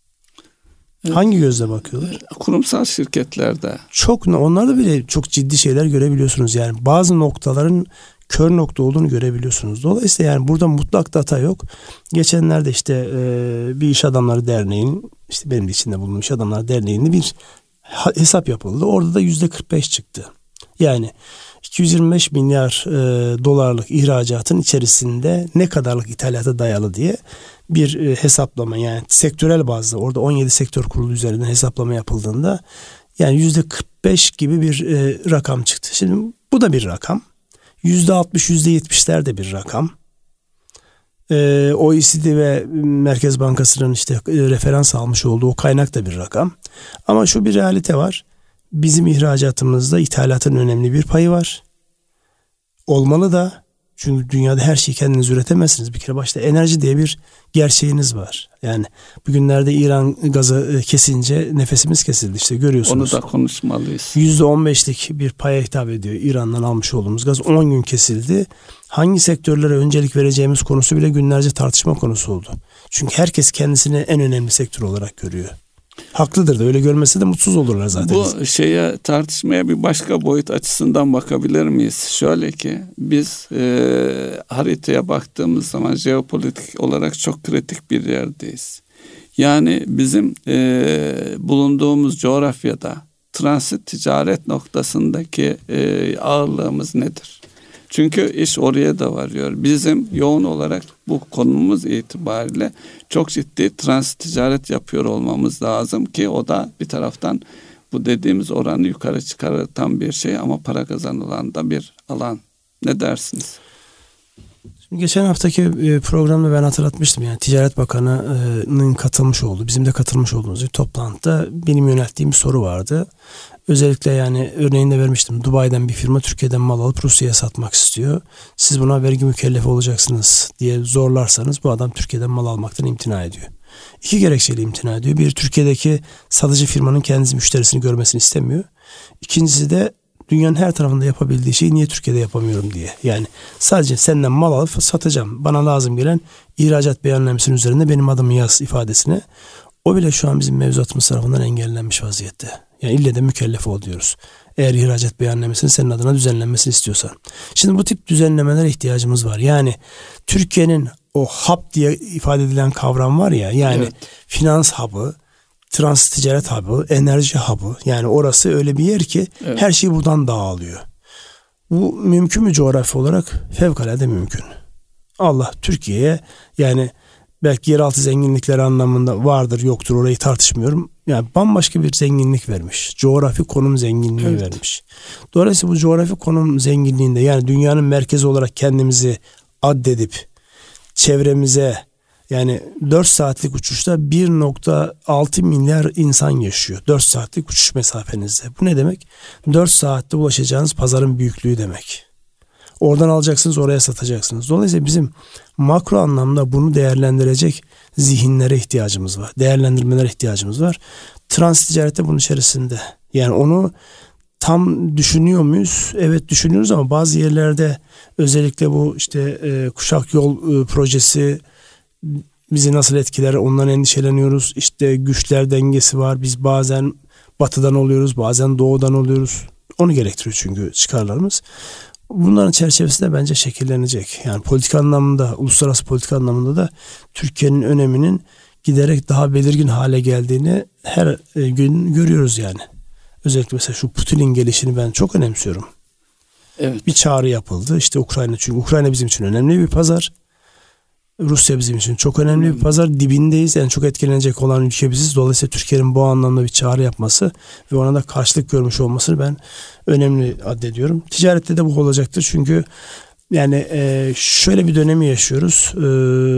Evet. Hangi gözle bakıyorlar? Kurumsal şirketlerde. Çok, onlarda bile çok ciddi şeyler görebiliyorsunuz. Yani bazı noktaların kör nokta olduğunu görebiliyorsunuz. Dolayısıyla yani burada mutlak data yok. Geçenlerde işte e, bir iş adamları derneğinin, işte benim de içinde bulunduğum iş adamları derneğinde bir hesap yapıldı. Orada da yüzde kırk beş çıktı. Yani iki yüz yirmi beş milyar e, dolarlık ihracatın içerisinde ne kadarlık ithalata dayalı diye bir e, hesaplama, yani sektörel bazda orada on yedi sektör kurulu üzerinden hesaplama yapıldığında yani yüzde kırk beş gibi bir e, rakam çıktı. Şimdi bu da bir rakam. yüzde altmış yüzde yetmişler de bir rakam. Ee, O E C D ve Merkez Bankası'nın işte e, referans almış olduğu o kaynak da bir rakam. Ama şu bir realite var. Bizim ihracatımızda ithalatın önemli bir payı var. Olmalı da. Çünkü dünyada her şeyi kendiniz üretemezsiniz. Bir kere başta enerji diye bir gerçeğiniz var. Yani bugünlerde İran gazı kesince nefesimiz kesildi. İşte görüyorsunuz. Onu da konuşmalıyız. yüzde on beşlik bir paya hitap ediyor İran'dan almış olduğumuz gaz. on gün kesildi. Hangi sektörlere öncelik vereceğimiz konusu bile günlerce tartışma konusu oldu. Çünkü herkes kendisini en önemli sektör olarak görüyor. Haklıdır da, öyle görmese de mutsuz olurlar zaten. Bu şeye, tartışmaya bir başka boyut açısından bakabilir miyiz? Şöyle ki biz e, haritaya baktığımız zaman jeopolitik olarak çok kritik bir yerdeyiz. Yani bizim e, bulunduğumuz coğrafyada transit ticaret noktasındaki e, ağırlığımız nedir? Çünkü iş oraya da varıyor. Bizim yoğun olarak bu konumuz itibariyle çok ciddi transit ticaret yapıyor olmamız lazım ki o da bir taraftan bu dediğimiz oranı yukarı çıkartan bir şey ama para kazanılan da bir alan. Ne dersiniz? Şimdi geçen haftaki programda ben hatırlatmıştım. Yani Ticaret Bakanı'nın katılmış olduğu, bizim de katılmış olduğumuz bir toplantıda benim yönelttiğim bir soru vardı. Özellikle yani örneğini de vermiştim. Dubai'den bir firma Türkiye'den mal alıp Rusya'ya satmak istiyor. Siz buna vergi mükellefi olacaksınız diye zorlarsanız bu adam Türkiye'den mal almaktan imtina ediyor. İki gerekçeyle imtina ediyor. Bir, Türkiye'deki satıcı firmanın kendisi müşterisini görmesini istemiyor. İkincisi de dünyanın her tarafında yapabildiği şeyi niye Türkiye'de yapamıyorum diye. Yani sadece senden mal alıp satacağım. Bana lazım gelen ihracat beyannamesinin üzerinde benim adımı yaz ifadesine. O bile şu an bizim mevzuatımız tarafından engellenmiş vaziyette. Yani ille de mükellef ol diyoruz. Eğer ihracat beyannamesinin senin adına düzenlenmesini istiyorsan. Şimdi bu tip düzenlemelere ihtiyacımız var. Yani Türkiye'nin o hub diye ifade edilen kavram var ya. Yani evet. Finans hub'ı, trans ticaret hub'ı, enerji hub'ı. Yani orası öyle bir yer ki evet. Her şey buradan dağılıyor. Bu mümkün mü coğrafi olarak? Fevkalade mümkün. Allah Türkiye'ye yani belki yeraltı zenginlikleri anlamında vardır yoktur orayı tartışmıyorum. Yani bambaşka bir zenginlik vermiş. Coğrafi konum zenginliği evet. vermiş. Dolayısıyla bu coğrafi konum zenginliğinde yani dünyanın merkezi olarak kendimizi addedip çevremize yani dört saatlik uçuşta bir nokta altı milyar insan yaşıyor. dört saatlik uçuş mesafenizde. Bu ne demek? dört saatte ulaşacağınız pazarın büyüklüğü demek. Oradan alacaksınız, oraya satacaksınız. Dolayısıyla bizim makro anlamda bunu değerlendirecek zihinlere ihtiyacımız var. Değerlendirmelere ihtiyacımız var. Trans ticarette bunun içerisinde. Yani onu tam düşünüyor muyuz? Evet düşünüyoruz ama bazı yerlerde özellikle bu işte e, kuşak yol e, projesi bizi nasıl etkiler ondan endişeleniyoruz. İşte güçler dengesi var. Biz bazen batıdan oluyoruz, bazen doğudan oluyoruz. Onu gerektiriyor çünkü çıkarlarımız. Bunların çerçevesinde bence şekillenecek. Yani politika anlamında, uluslararası politika anlamında da Türkiye'nin öneminin giderek daha belirgin hale geldiğini her gün görüyoruz yani. Özellikle mesela şu Putin'in gelişini ben çok önemsiyorum. Evet. Bir çağrı yapıldı. İşte Ukrayna, çünkü Ukrayna bizim için önemli bir pazar. Rusya bizim için çok önemli bir pazar. Dibindeyiz. Yani çok etkilenecek olan ülke biziz. Dolayısıyla Türkiye'nin bu anlamda bir çağrı yapması ve ona da karşılık görmüş olmasını ben önemli addediyorum. Ticarette de bu olacaktır. Çünkü yani e, şöyle bir dönemi yaşıyoruz. E,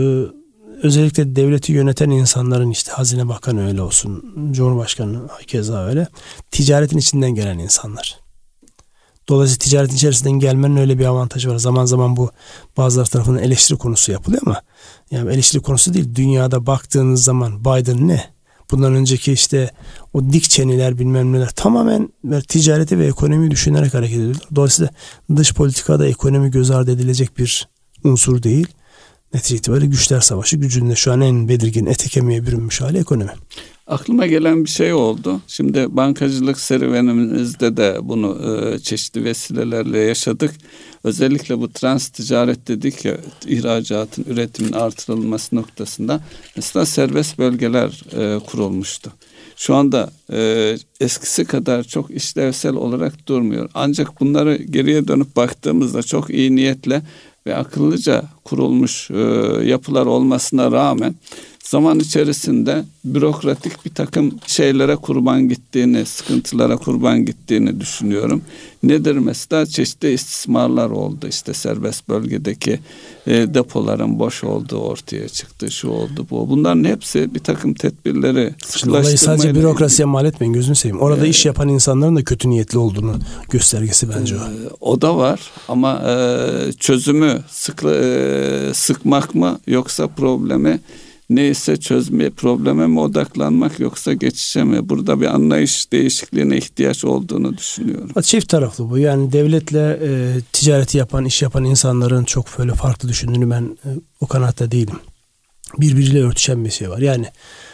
özellikle devleti yöneten insanların işte Hazine Bakanı öyle olsun, Cumhurbaşkanı keza öyle. Ticaretin içinden gelen insanlar. Dolayısıyla ticaretin içerisinden gelmenin öyle bir avantajı var. Zaman zaman bu bazıları tarafından eleştiri konusu yapılıyor ama yani eleştiri konusu değil. Dünyada baktığınız zaman Biden ne? Bundan önceki işte o dik çeniler bilmem neler tamamen ticareti ve ekonomiyi düşünerek hareket ediyorlar. Dolayısıyla dış politikada ekonomi göz ardı edilecek bir unsur değil. Netice itibariyle güçler savaşı, gücünde şu an en belirgin ete kemiğe bürünmüş hali ekonomi. Aklıma gelen bir şey oldu. Şimdi bankacılık serüvenimizde de bunu e, çeşitli vesilelerle yaşadık. Özellikle bu trans ticaret dedik ya, ihracatın, üretimin artırılması noktasında mesela serbest bölgeler e, kurulmuştu. Şu anda e, eskisi kadar çok işlevsel olarak durmuyor. Ancak bunları geriye dönüp baktığımızda çok iyi niyetle ve akıllıca kurulmuş e, yapılar olmasına rağmen zaman içerisinde bürokratik bir takım şeylere kurban gittiğini, sıkıntılara kurban gittiğini düşünüyorum. Nedir mesela? Çeşitli istismarlar oldu. İşte serbest bölgedeki e, depoların boş olduğu ortaya çıktı. Şu oldu, bu. Bunların hepsi bir takım tedbirleri sıkılaştırmayla. Olayı sadece bürokrasiye mal etmeyin, gözünü seveyim. Orada ee, iş yapan insanların da kötü niyetli olduğunu göstergesi bence o. E, o da var ama e, çözümü sık, e, sıkmak mı yoksa problemi neyse çözmeye, probleme mi odaklanmak yoksa geçişe mi? Burada bir anlayış değişikliğine ihtiyaç olduğunu düşünüyorum. Çift taraflı bu. Yani devletle e, ticareti yapan, iş yapan insanların çok böyle farklı düşündüğünü ben e, o kanaatte değilim. Birbiriyle örtüşen bir şey var. Yani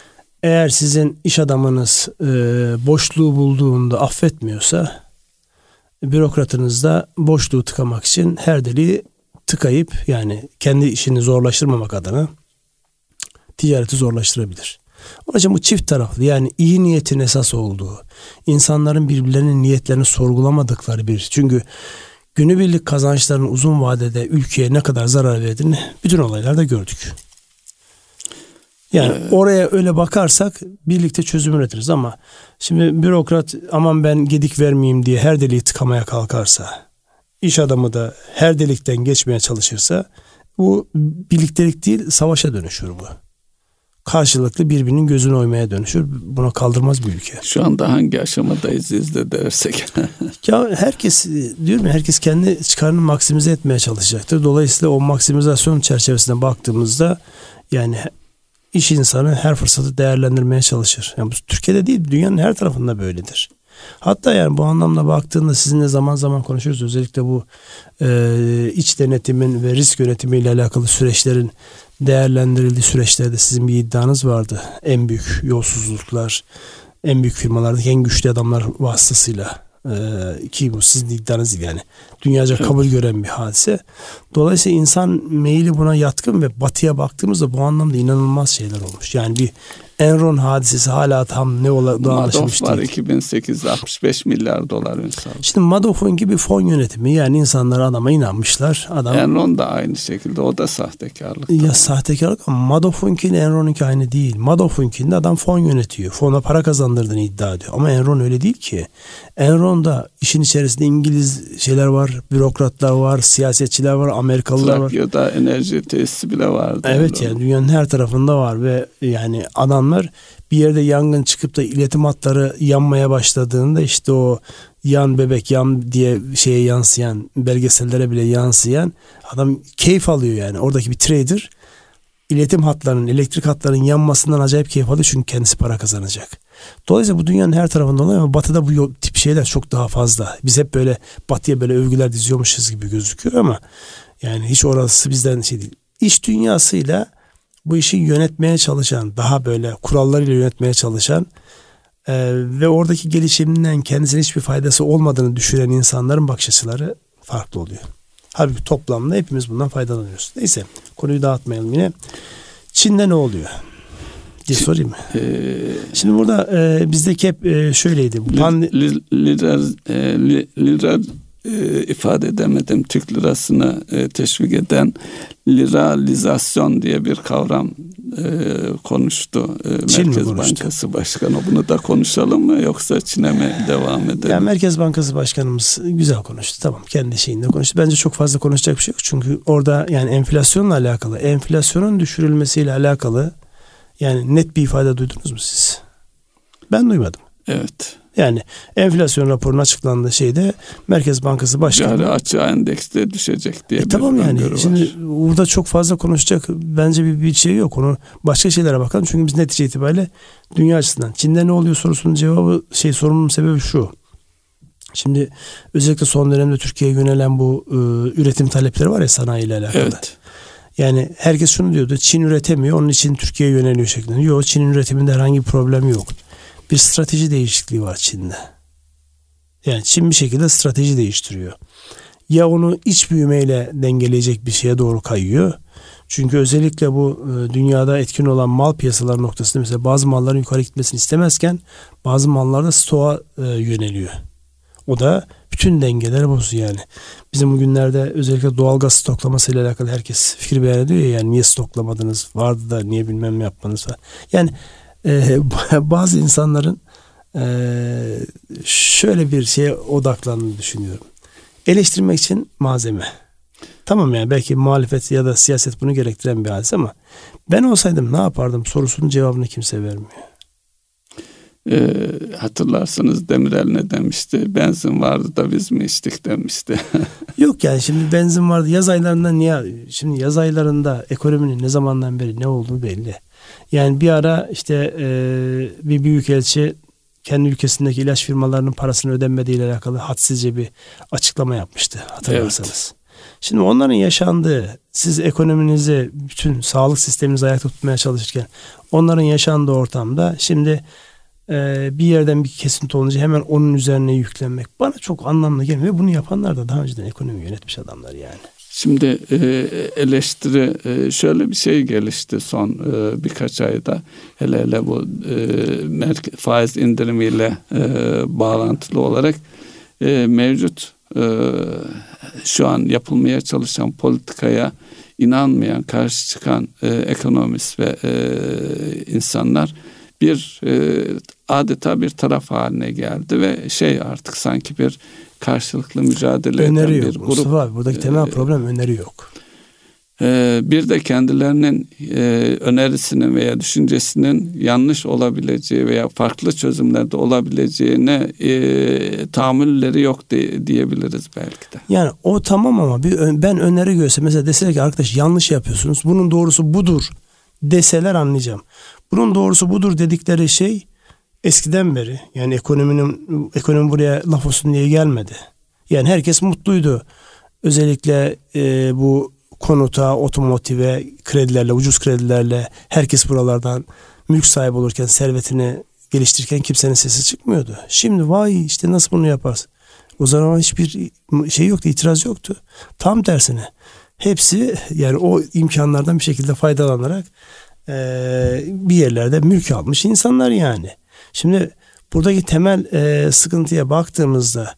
eğer sizin iş adamınız e, boşluğu bulduğunda affetmiyorsa, bürokratınız da boşluğu tıkamak için her deliği tıkayıp yani kendi işini zorlaştırmamak adına ticareti zorlaştırabilir. Onun için bu çift taraflı, yani iyi niyetin esas olduğu, insanların birbirlerinin niyetlerini sorgulamadıkları bir. Çünkü günübirlik kazançların uzun vadede ülkeye ne kadar zarar verdiğini bütün olaylarda gördük. Yani ee, oraya öyle bakarsak birlikte çözüm üretiriz ama şimdi bürokrat aman ben gedik vermeyeyim diye her deliği tıkamaya kalkarsa, iş adamı da her delikten geçmeye çalışırsa bu birliktelik değil, savaşa dönüşür bu. Karşılıklı birbirinin gözünü oymaya dönüşür. Buna kaldırmaz bir ülke. Şu anda hangi aşamadayız izle dersek? Ya herkes diyorum ya, herkes kendi çıkarını maksimize etmeye çalışacaktır. Dolayısıyla o maksimizasyon çerçevesine baktığımızda yani iş insanı her fırsatı değerlendirmeye çalışır. Yani bu Türkiye'de değil, dünyanın her tarafında böyledir. Hatta yani bu anlamda baktığında sizinle zaman zaman konuşuyoruz. Özellikle bu e, iç denetimin ve risk yönetimiyle alakalı süreçlerin değerlendirildiği süreçlerde sizin bir iddianız vardı. En büyük yolsuzluklar, en büyük firmalardaki en güçlü adamlar vasıtasıyla. Ee, ki bu sizin iddianız değil yani. Dünyaca evet. kabul gören bir hadise. Dolayısıyla insan meyili buna yatkın ve batıya baktığımızda bu anlamda inanılmaz şeyler olmuş. Yani bir Enron hadisesi hala tam ne olduğu anlaşılmış değil. Madoff var iki bin sekizde altmış beş milyar dolar ünsal. Şimdi Madoff'un gibi fon yönetimi, yani insanlar adama inanmışlar. Adam, Enron da aynı şekilde, o da sahtekarlık. Ya sahtekarlık ama Madoff'unki Enron'unki aynı değil. Madoff'unkinde adam fon yönetiyor. Fona para kazandırdığını iddia ediyor. Ama Enron öyle değil ki. Enron'da işin içerisinde İngiliz şeyler var, bürokratlar var, siyasetçiler var, Amerikalılar var. Trakya'da enerji tesisi bile vardı. Evet yani dünyanın her tarafında var ve yani adamlar bir yerde yangın çıkıp da iletim hatları yanmaya başladığında işte o yan bebek yan diye şeye yansıyan belgesellere bile yansıyan adam keyif alıyor yani. Oradaki bir trader iletim hatlarının, elektrik hatlarının yanmasından acayip keyif alıyor çünkü kendisi para kazanacak. Dolayısıyla bu dünyanın her tarafında oluyor ama batıda bu tip şeyler çok daha fazla. Biz hep böyle batıya böyle övgüler diziyormuşuz gibi gözüküyor ama yani hiç orası bizden şey değil. İş dünyasıyla bu işi yönetmeye çalışan, daha böyle kurallarıyla yönetmeye çalışan e, ve oradaki gelişiminden kendisine hiçbir faydası olmadığını düşünen insanların bakış açıları farklı oluyor. Halbuki toplamda hepimiz bundan faydalanıyoruz. Neyse, konuyu dağıtmayalım yine. Çin'de ne oluyor diye sorayım mı? Ee, Şimdi burada e, bizdeki hep e, şöyleydi. Bu pand- lira, lira, lira e, ifade edemedim. Türk lirasını e, teşvik eden liralizasyon diye bir kavram e, konuştu. E, Çin Merkez konuştu? Bankası Başkanı. Bunu da konuşalım mı yoksa Çin'e mi devam edelim? Yani Merkez Bankası Başkanımız güzel konuştu. Tamam, kendi şeyinde konuştu. Bence çok fazla konuşacak bir şey yok. Çünkü orada yani enflasyonla alakalı, enflasyonun düşürülmesiyle alakalı yani net bir ifade duydunuz mu siz? Ben duymadım. Evet. Yani enflasyon raporunun açıklandığı şeyde Merkez Bankası Başkanı cari açığa endekste düşecek diye e bir tamam yani öngörü var. Şimdi burada çok fazla konuşacak bence bir, bir şey yok. Onu başka şeylere bakalım. Çünkü biz netice itibariyle dünya açısından Çin'de ne oluyor sorusunun cevabı şey sorunun sebebi şu. Şimdi özellikle son dönemde Türkiye'ye yönelen bu e, üretim talepleri var ya sanayi ile alakalı. Evet. Yani herkes şunu diyordu. Çin üretemiyor. Onun için Türkiye'ye yöneliyor şeklinde. Yok, Çin'in üretiminde herhangi bir problem yok. Bir strateji değişikliği var Çin'de. Yani Çin bir şekilde strateji değiştiriyor. Ya onu iç büyümeyle dengeleyecek bir şeye doğru kayıyor. Çünkü özellikle bu e, dünyada etkin olan mal piyasaları noktasında mesela bazı malların yukarı gitmesini istemezken bazı mallar da stoğa e, yöneliyor. O da bütün dengeleri bozuyor yani. Bizim bugünlerde özellikle doğalgaz stoklaması ile alakalı herkes fikir beyan ediyor ya, yani niye stoklamadınız, vardı da niye bilmem ne yapmanız var. Yani e, bazı insanların e, şöyle bir şeye odaklandığını düşünüyorum. Eleştirmek için malzeme. Tamam yani belki muhalefet ya da siyaset bunu gerektiren bir hadise ama ben olsaydım ne yapardım sorusunun cevabını kimse vermiyor. Ee, hatırlarsınız Demirel ne demişti? Benzin vardı da biz mi içtik demişti. Yok yani şimdi benzin vardı. Yaz aylarında niye? Şimdi yaz aylarında ekonominin ne zamandan beri ne olduğu belli. Yani bir ara işte e, bir büyükelçi kendi ülkesindeki ilaç firmalarının parasını ödenmediği ile alakalı hadsizce bir açıklama yapmıştı hatırlarsanız. Evet. Şimdi onların yaşandığı, siz ekonominizi, bütün sağlık sisteminizi ayakta tutmaya çalışırken onların yaşandığı ortamda şimdi e, bir yerden bir kesinti olunca hemen onun üzerine yüklenmek bana çok anlamlı gelmiyor. Bunu yapanlar da daha önceden ekonomi yönetmiş adamlar yani. Şimdi eleştiri şöyle bir şey gelişti son birkaç ayda, hele hele bu faiz indirimiyle bağlantılı olarak mevcut şu an yapılmaya çalışan politikaya inanmayan, karşı çıkan ekonomist ve insanlar bir adeta bir taraf haline geldi ve şey artık sanki bir karşılıklı mücadele öneri eden yok. bir grup. Mustafa abi, buradaki temel e, problem öneri yok. E, bir de kendilerinin e, önerisinin veya düşüncesinin yanlış olabileceği veya farklı çözümlerde olabileceğine e, tahammülleri yok de, diyebiliriz belki de. Yani o tamam ama bir ben öneri görsem mesela deseler ki arkadaş yanlış yapıyorsunuz, bunun doğrusu budur deseler anlayacağım. Bunun doğrusu budur dedikleri şey eskiden beri, yani ekonominin ekonomi buraya laf olsun diye gelmedi. Yani herkes mutluydu. Özellikle e, bu konuta, otomotive kredilerle, ucuz kredilerle herkes buralardan mülk sahibi olurken, servetini geliştirirken kimsenin sesi çıkmıyordu. Şimdi vay işte nasıl bunu yaparsın? O zaman hiçbir şey yoktu, itiraz yoktu. Tam tersine hepsi yani o imkanlardan bir şekilde faydalanarak e, bir yerlerde mülk almış insanlar yani. Şimdi buradaki temel e, sıkıntıya baktığımızda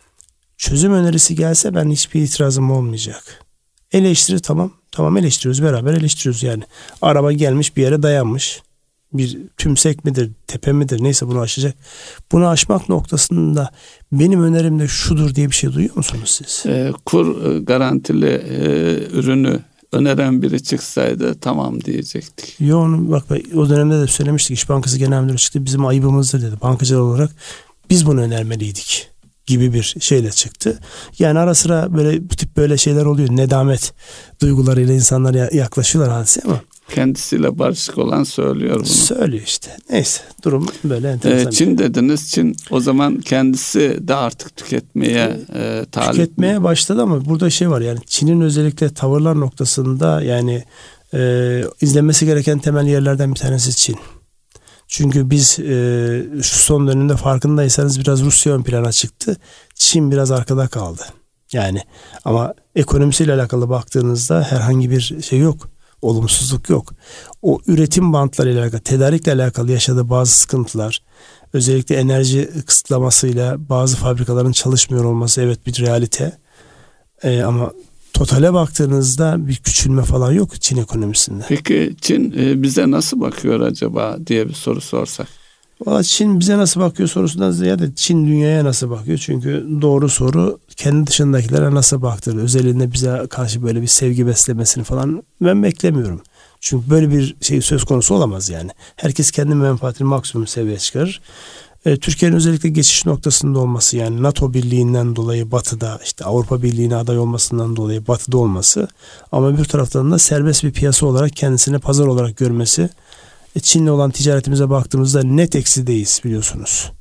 çözüm önerisi gelse ben hiçbir itirazım olmayacak. Eleştiri tamam. Tamam eleştiriyoruz. Beraber eleştiriyoruz yani. Araba gelmiş bir yere dayanmış. Bir tümsek midir, tepe midir neyse bunu aşacak. Bunu aşmak noktasında benim önerim de şudur diye bir şey duyuyor musunuz siz? E, kur e, garantili e, ürünü öneren biri çıksaydı tamam diyecektik. Yo, onu bak o dönemde de söylemiştik. İş Bankası Genel Müdürü çıktı. Bizim ayıbımızdır dedi. Bankacılar olarak biz bunu önermeliydik gibi bir şeyle çıktı. Yani ara sıra böyle bu tip böyle şeyler oluyor. Nedamet duygularıyla insanlar yaklaşıyorlar hadise ama kendisiyle barışık olan söylüyor bunu. Söylüyor işte. Neyse durum böyle enteresan. Ee, Çin dediniz. Çin o zaman kendisi de artık tüketmeye e, talip. Tüketmeye mi? başladı ama burada şey var yani Çin'in özellikle tavırlar noktasında yani e, izlenmesi gereken temel yerlerden bir tanesi Çin. Çünkü biz e, şu son dönemde farkındaysanız biraz Rusya ön plana çıktı. Çin biraz arkada kaldı. Yani ama ekonomisiyle alakalı baktığınızda herhangi bir şey yok. Olumsuzluk yok. O üretim bantlarıyla alakalı, tedarikle alakalı yaşadığı bazı sıkıntılar, özellikle enerji kısıtlamasıyla bazı fabrikaların çalışmıyor olması evet bir realite. Ee, ama totale baktığınızda bir küçülme falan yok Çin ekonomisinde. Peki Çin e, bize nasıl bakıyor acaba diye bir soru sorsak? Valla Çin bize nasıl bakıyor sorusundan ziyade Çin dünyaya nasıl bakıyor? Çünkü doğru soru kendi dışındakilere nasıl baktırır? Özellikle bize karşı böyle bir sevgi beslemesini falan ben beklemiyorum. Çünkü böyle bir şey söz konusu olamaz yani. Herkes kendi menfaatini maksimum seviyeye çıkarır. E, Türkiye'nin özellikle geçiş noktasında olması yani NATO birliğinden dolayı batıda işte Avrupa Birliği'ne aday olmasından dolayı batıda olması ama bir taraftan da serbest bir piyasa olarak kendisine pazar olarak görmesi. Çin'le olan ticaretimize baktığımızda net eksideyiz biliyorsunuz.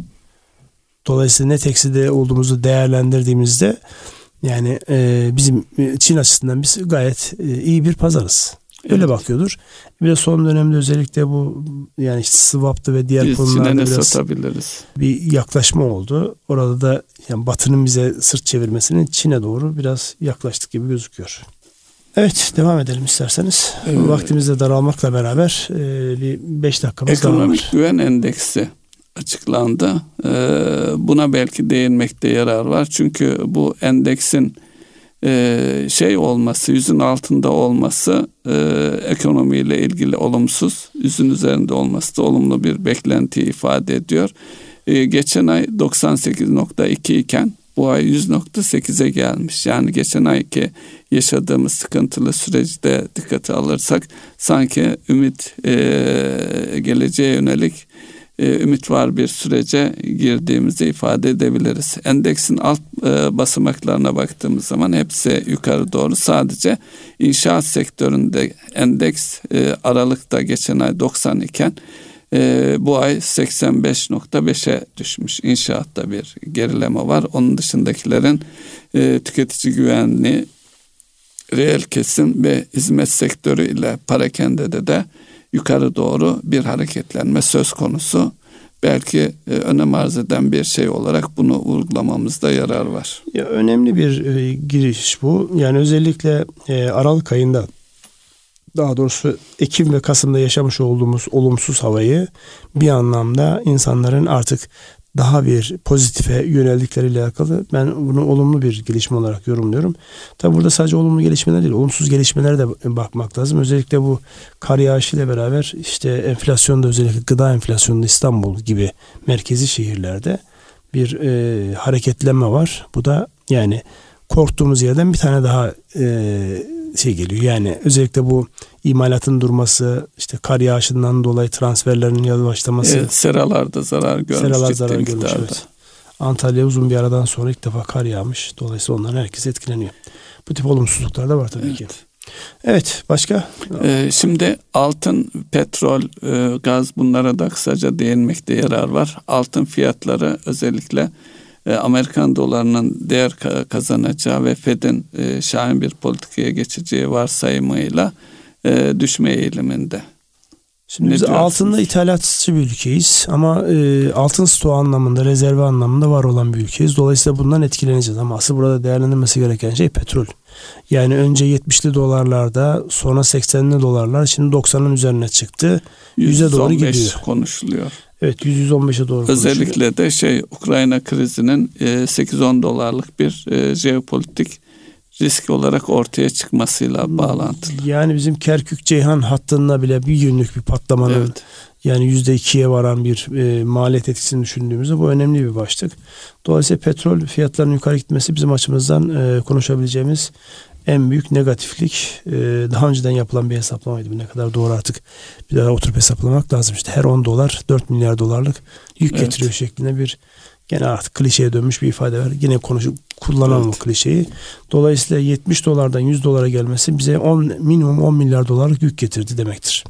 Dolayısıyla net ekside olduğumuzu değerlendirdiğimizde yani e, bizim Çin açısından biz gayet e, iyi bir pazarız. Öyle evet. bakıyordur. Bir de son dönemde özellikle bu yani işte swap'tı ve diğer biz konularda biraz satabiliriz. Bir yaklaşma oldu. Orada da yani Batı'nın bize sırt çevirmesinin Çin'e doğru biraz yaklaştık gibi gözüküyor. Evet devam edelim isterseniz. Evet. Vaktimiz de daralmakla beraber e, bir beş dakikamız daha var. Ekonomik güven endeksi açıklandı. E, buna belki değinmekte yarar var. Çünkü bu endeksin e, şey olması, yüzün altında olması e, ekonomiyle ilgili olumsuz, yüzün üzerinde olması da olumlu bir beklentiyi ifade ediyor. E, geçen ay doksan sekiz nokta iki iken bu ay yüz nokta sekize gelmiş. Yani geçen ayki yaşadığımız sıkıntılı süreci de dikkate alırsak sanki ümit e, geleceğe yönelik e, ümit var bir sürece girdiğimizi ifade edebiliriz. Endeksin alt e, basamaklarına baktığımız zaman hepsi yukarı doğru. Sadece inşaat sektöründe endeks e, Aralık'ta geçen ay doksan iken Ee, bu ay seksen beş nokta beşe düşmüş. İnşaatta bir gerileme var. Onun dışındakilerin e, tüketici güvenliği, reel kesim ve hizmet sektörü ile parakendede de yukarı doğru bir hareketlenme söz konusu. Belki e, önem arz eden bir şey olarak bunu vurgulamamızda yarar var. Ya, önemli bir e, giriş bu. Yani özellikle e, Aralık ayında daha doğrusu Ekim ve Kasım'da yaşamış olduğumuz olumsuz havayı bir anlamda insanların artık daha bir pozitife yöneldikleriyle alakalı ben bunu olumlu bir gelişme olarak yorumluyorum. Tabi burada sadece olumlu gelişmeler değil, olumsuz gelişmelere de bakmak lazım. Özellikle bu kar yağışıyla beraber işte enflasyonda özellikle gıda enflasyonunda İstanbul gibi merkezi şehirlerde bir e, hareketlenme var. Bu da yani korktuğumuz yerden bir tane daha e, şey geliyor. Yani özellikle bu imalatın durması, işte kar yağışından dolayı transferlerin yavaşlaması. Evet, seralarda zarar görmüş. Seralar zarar görmüş. Evet. Antalya uzun bir aradan sonra ilk defa kar yağmış. Dolayısıyla onların herkes etkileniyor. Bu tip olumsuzluklar da var tabii evet. ki. Evet, başka? Ee, şimdi altın, petrol, e, gaz, bunlara da kısaca değinmekte yarar var. Altın fiyatları özellikle e, Amerikan dolarının değer kazanacağı ve Fed'in e, şahin bir politikaya geçeceği varsayımıyla e, düşme eğiliminde. Şimdi ne biz diyorsunuz? Altında ithalatçı bir ülkeyiz ama e, altın stoğu anlamında, rezervi anlamında var olan bir ülkeyiz. Dolayısıyla bundan etkileneceğiz ama asıl burada değerlendirmesi gereken şey petrol. Yani önce yetmişli dolarlarda, sonra seksenli dolarlar, şimdi doksanın üzerine çıktı. yüze doğru gidiyor. Konuşuluyor. Evet, yüz yüz on beşe doğru özellikle konuşuluyor. de şey Ukrayna krizinin e, sekiz on dolarlık bir e, jeopolitik risk olarak ortaya çıkmasıyla bağlantılı. Yani bizim Kerkük-Ceyhan hattında bile bir günlük bir patlamanın, evet, yani yüzde ikiye varan bir e, maliyet etkisini düşündüğümüzde bu önemli bir başlık. Dolayısıyla petrol fiyatlarının yukarı gitmesi bizim açımızdan e, konuşabileceğimiz en büyük negatiflik. E, daha önceden yapılan bir hesaplamaydı. Bu ne kadar doğru artık bir daha oturup hesaplamak lazım. İşte her on dolar dört milyar dolarlık yük, evet, getiriyor şeklinde bir, gene artık klişeye dönmüş bir ifade var. Yine konuşup kullanalım, evet, o klişeyi. Dolayısıyla yetmiş dolardan yüz dolara gelmesi bize on, minimum on milyar dolarlık yük getirdi demektir.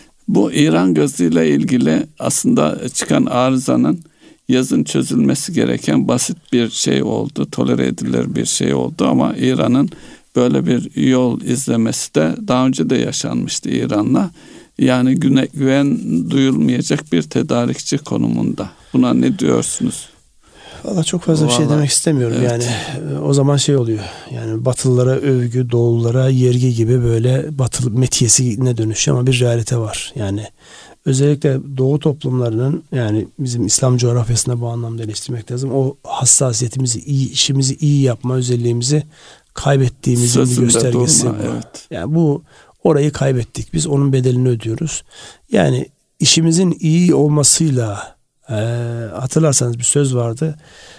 Bu İran gazıyla ilgili aslında çıkan arızanın yazın çözülmesi gereken basit bir şey oldu. Tolere edilir bir şey oldu ama İran'ın böyle bir yol izlemesi de daha önce de yaşanmıştı İran'la. Yani güne, güven duyulmayacak bir tedarikçi konumunda. Buna ne diyorsunuz? Valla çok fazla Vallahi, bir şey demek istemiyorum. Evet. Yani o zaman şey oluyor. Yani Batılılara övgü, Doğululara yergi gibi böyle Batı metiyesine dönüşüyor ama bir realite var. Yani özellikle Doğu toplumlarının, yani bizim İslam coğrafyasında bu anlamda eleştirmek lazım. O hassasiyetimizi, iyi, işimizi iyi yapma özelliğimizi kaybettiğimizin bir göstergesi durma, bu. Evet. Yani bu, orayı kaybettik. Biz onun bedelini ödüyoruz. Yani işimizin iyi olmasıyla, e, hatırlarsanız bir söz vardı.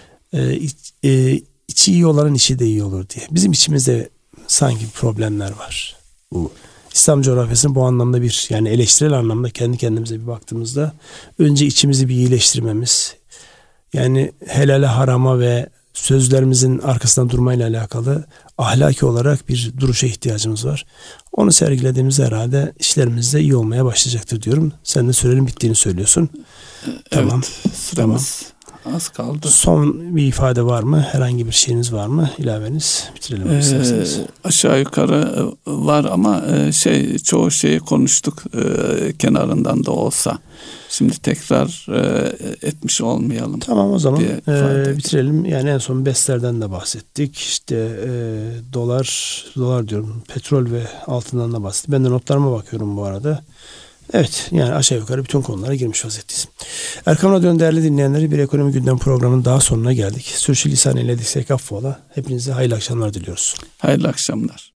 E, e, içi iyi olanın işi de iyi olur diye. Bizim içimizde sanki problemler var. Bu İslam coğrafyasının bu anlamda bir, yani eleştirel anlamda kendi kendimize bir baktığımızda önce içimizi bir iyileştirmemiz, yani helale harama ve sözlerimizin arkasında durmayla alakalı ahlaki olarak bir duruşa ihtiyacımız var. Onu sergilediğimizde herhalde işlerimiz de iyi olmaya başlayacaktır diyorum. Sen de sürenin bittiğini söylüyorsun. Evet, tamam. Süremiz tamam. Az kaldı. Son bir ifade var mı? Herhangi bir şeyiniz var mı? İlaveniz, bitirelim ee, isterseniz. Aşağı yukarı var ama şey çoğu şeyi konuştuk e, kenarından da olsa. Şimdi tekrar e, etmiş olmayalım. Tamam, o zaman e, bitirelim. Yani en son BES'lerden de bahsettik. İşte e, dolar, dolar diyorum, petrol ve altından da bahsettik. Ben de notlarıma bakıyorum bu arada. Evet, yani aşağı yukarı bütün konulara girmiş vaziyetteyiz. Erkam Radyo'nun değerli dinleyenleri, bir ekonomi gündem programının daha sonuna geldik. Sürçülisan eylediysek affola. Hepinize hayırlı akşamlar diliyoruz. Hayırlı akşamlar.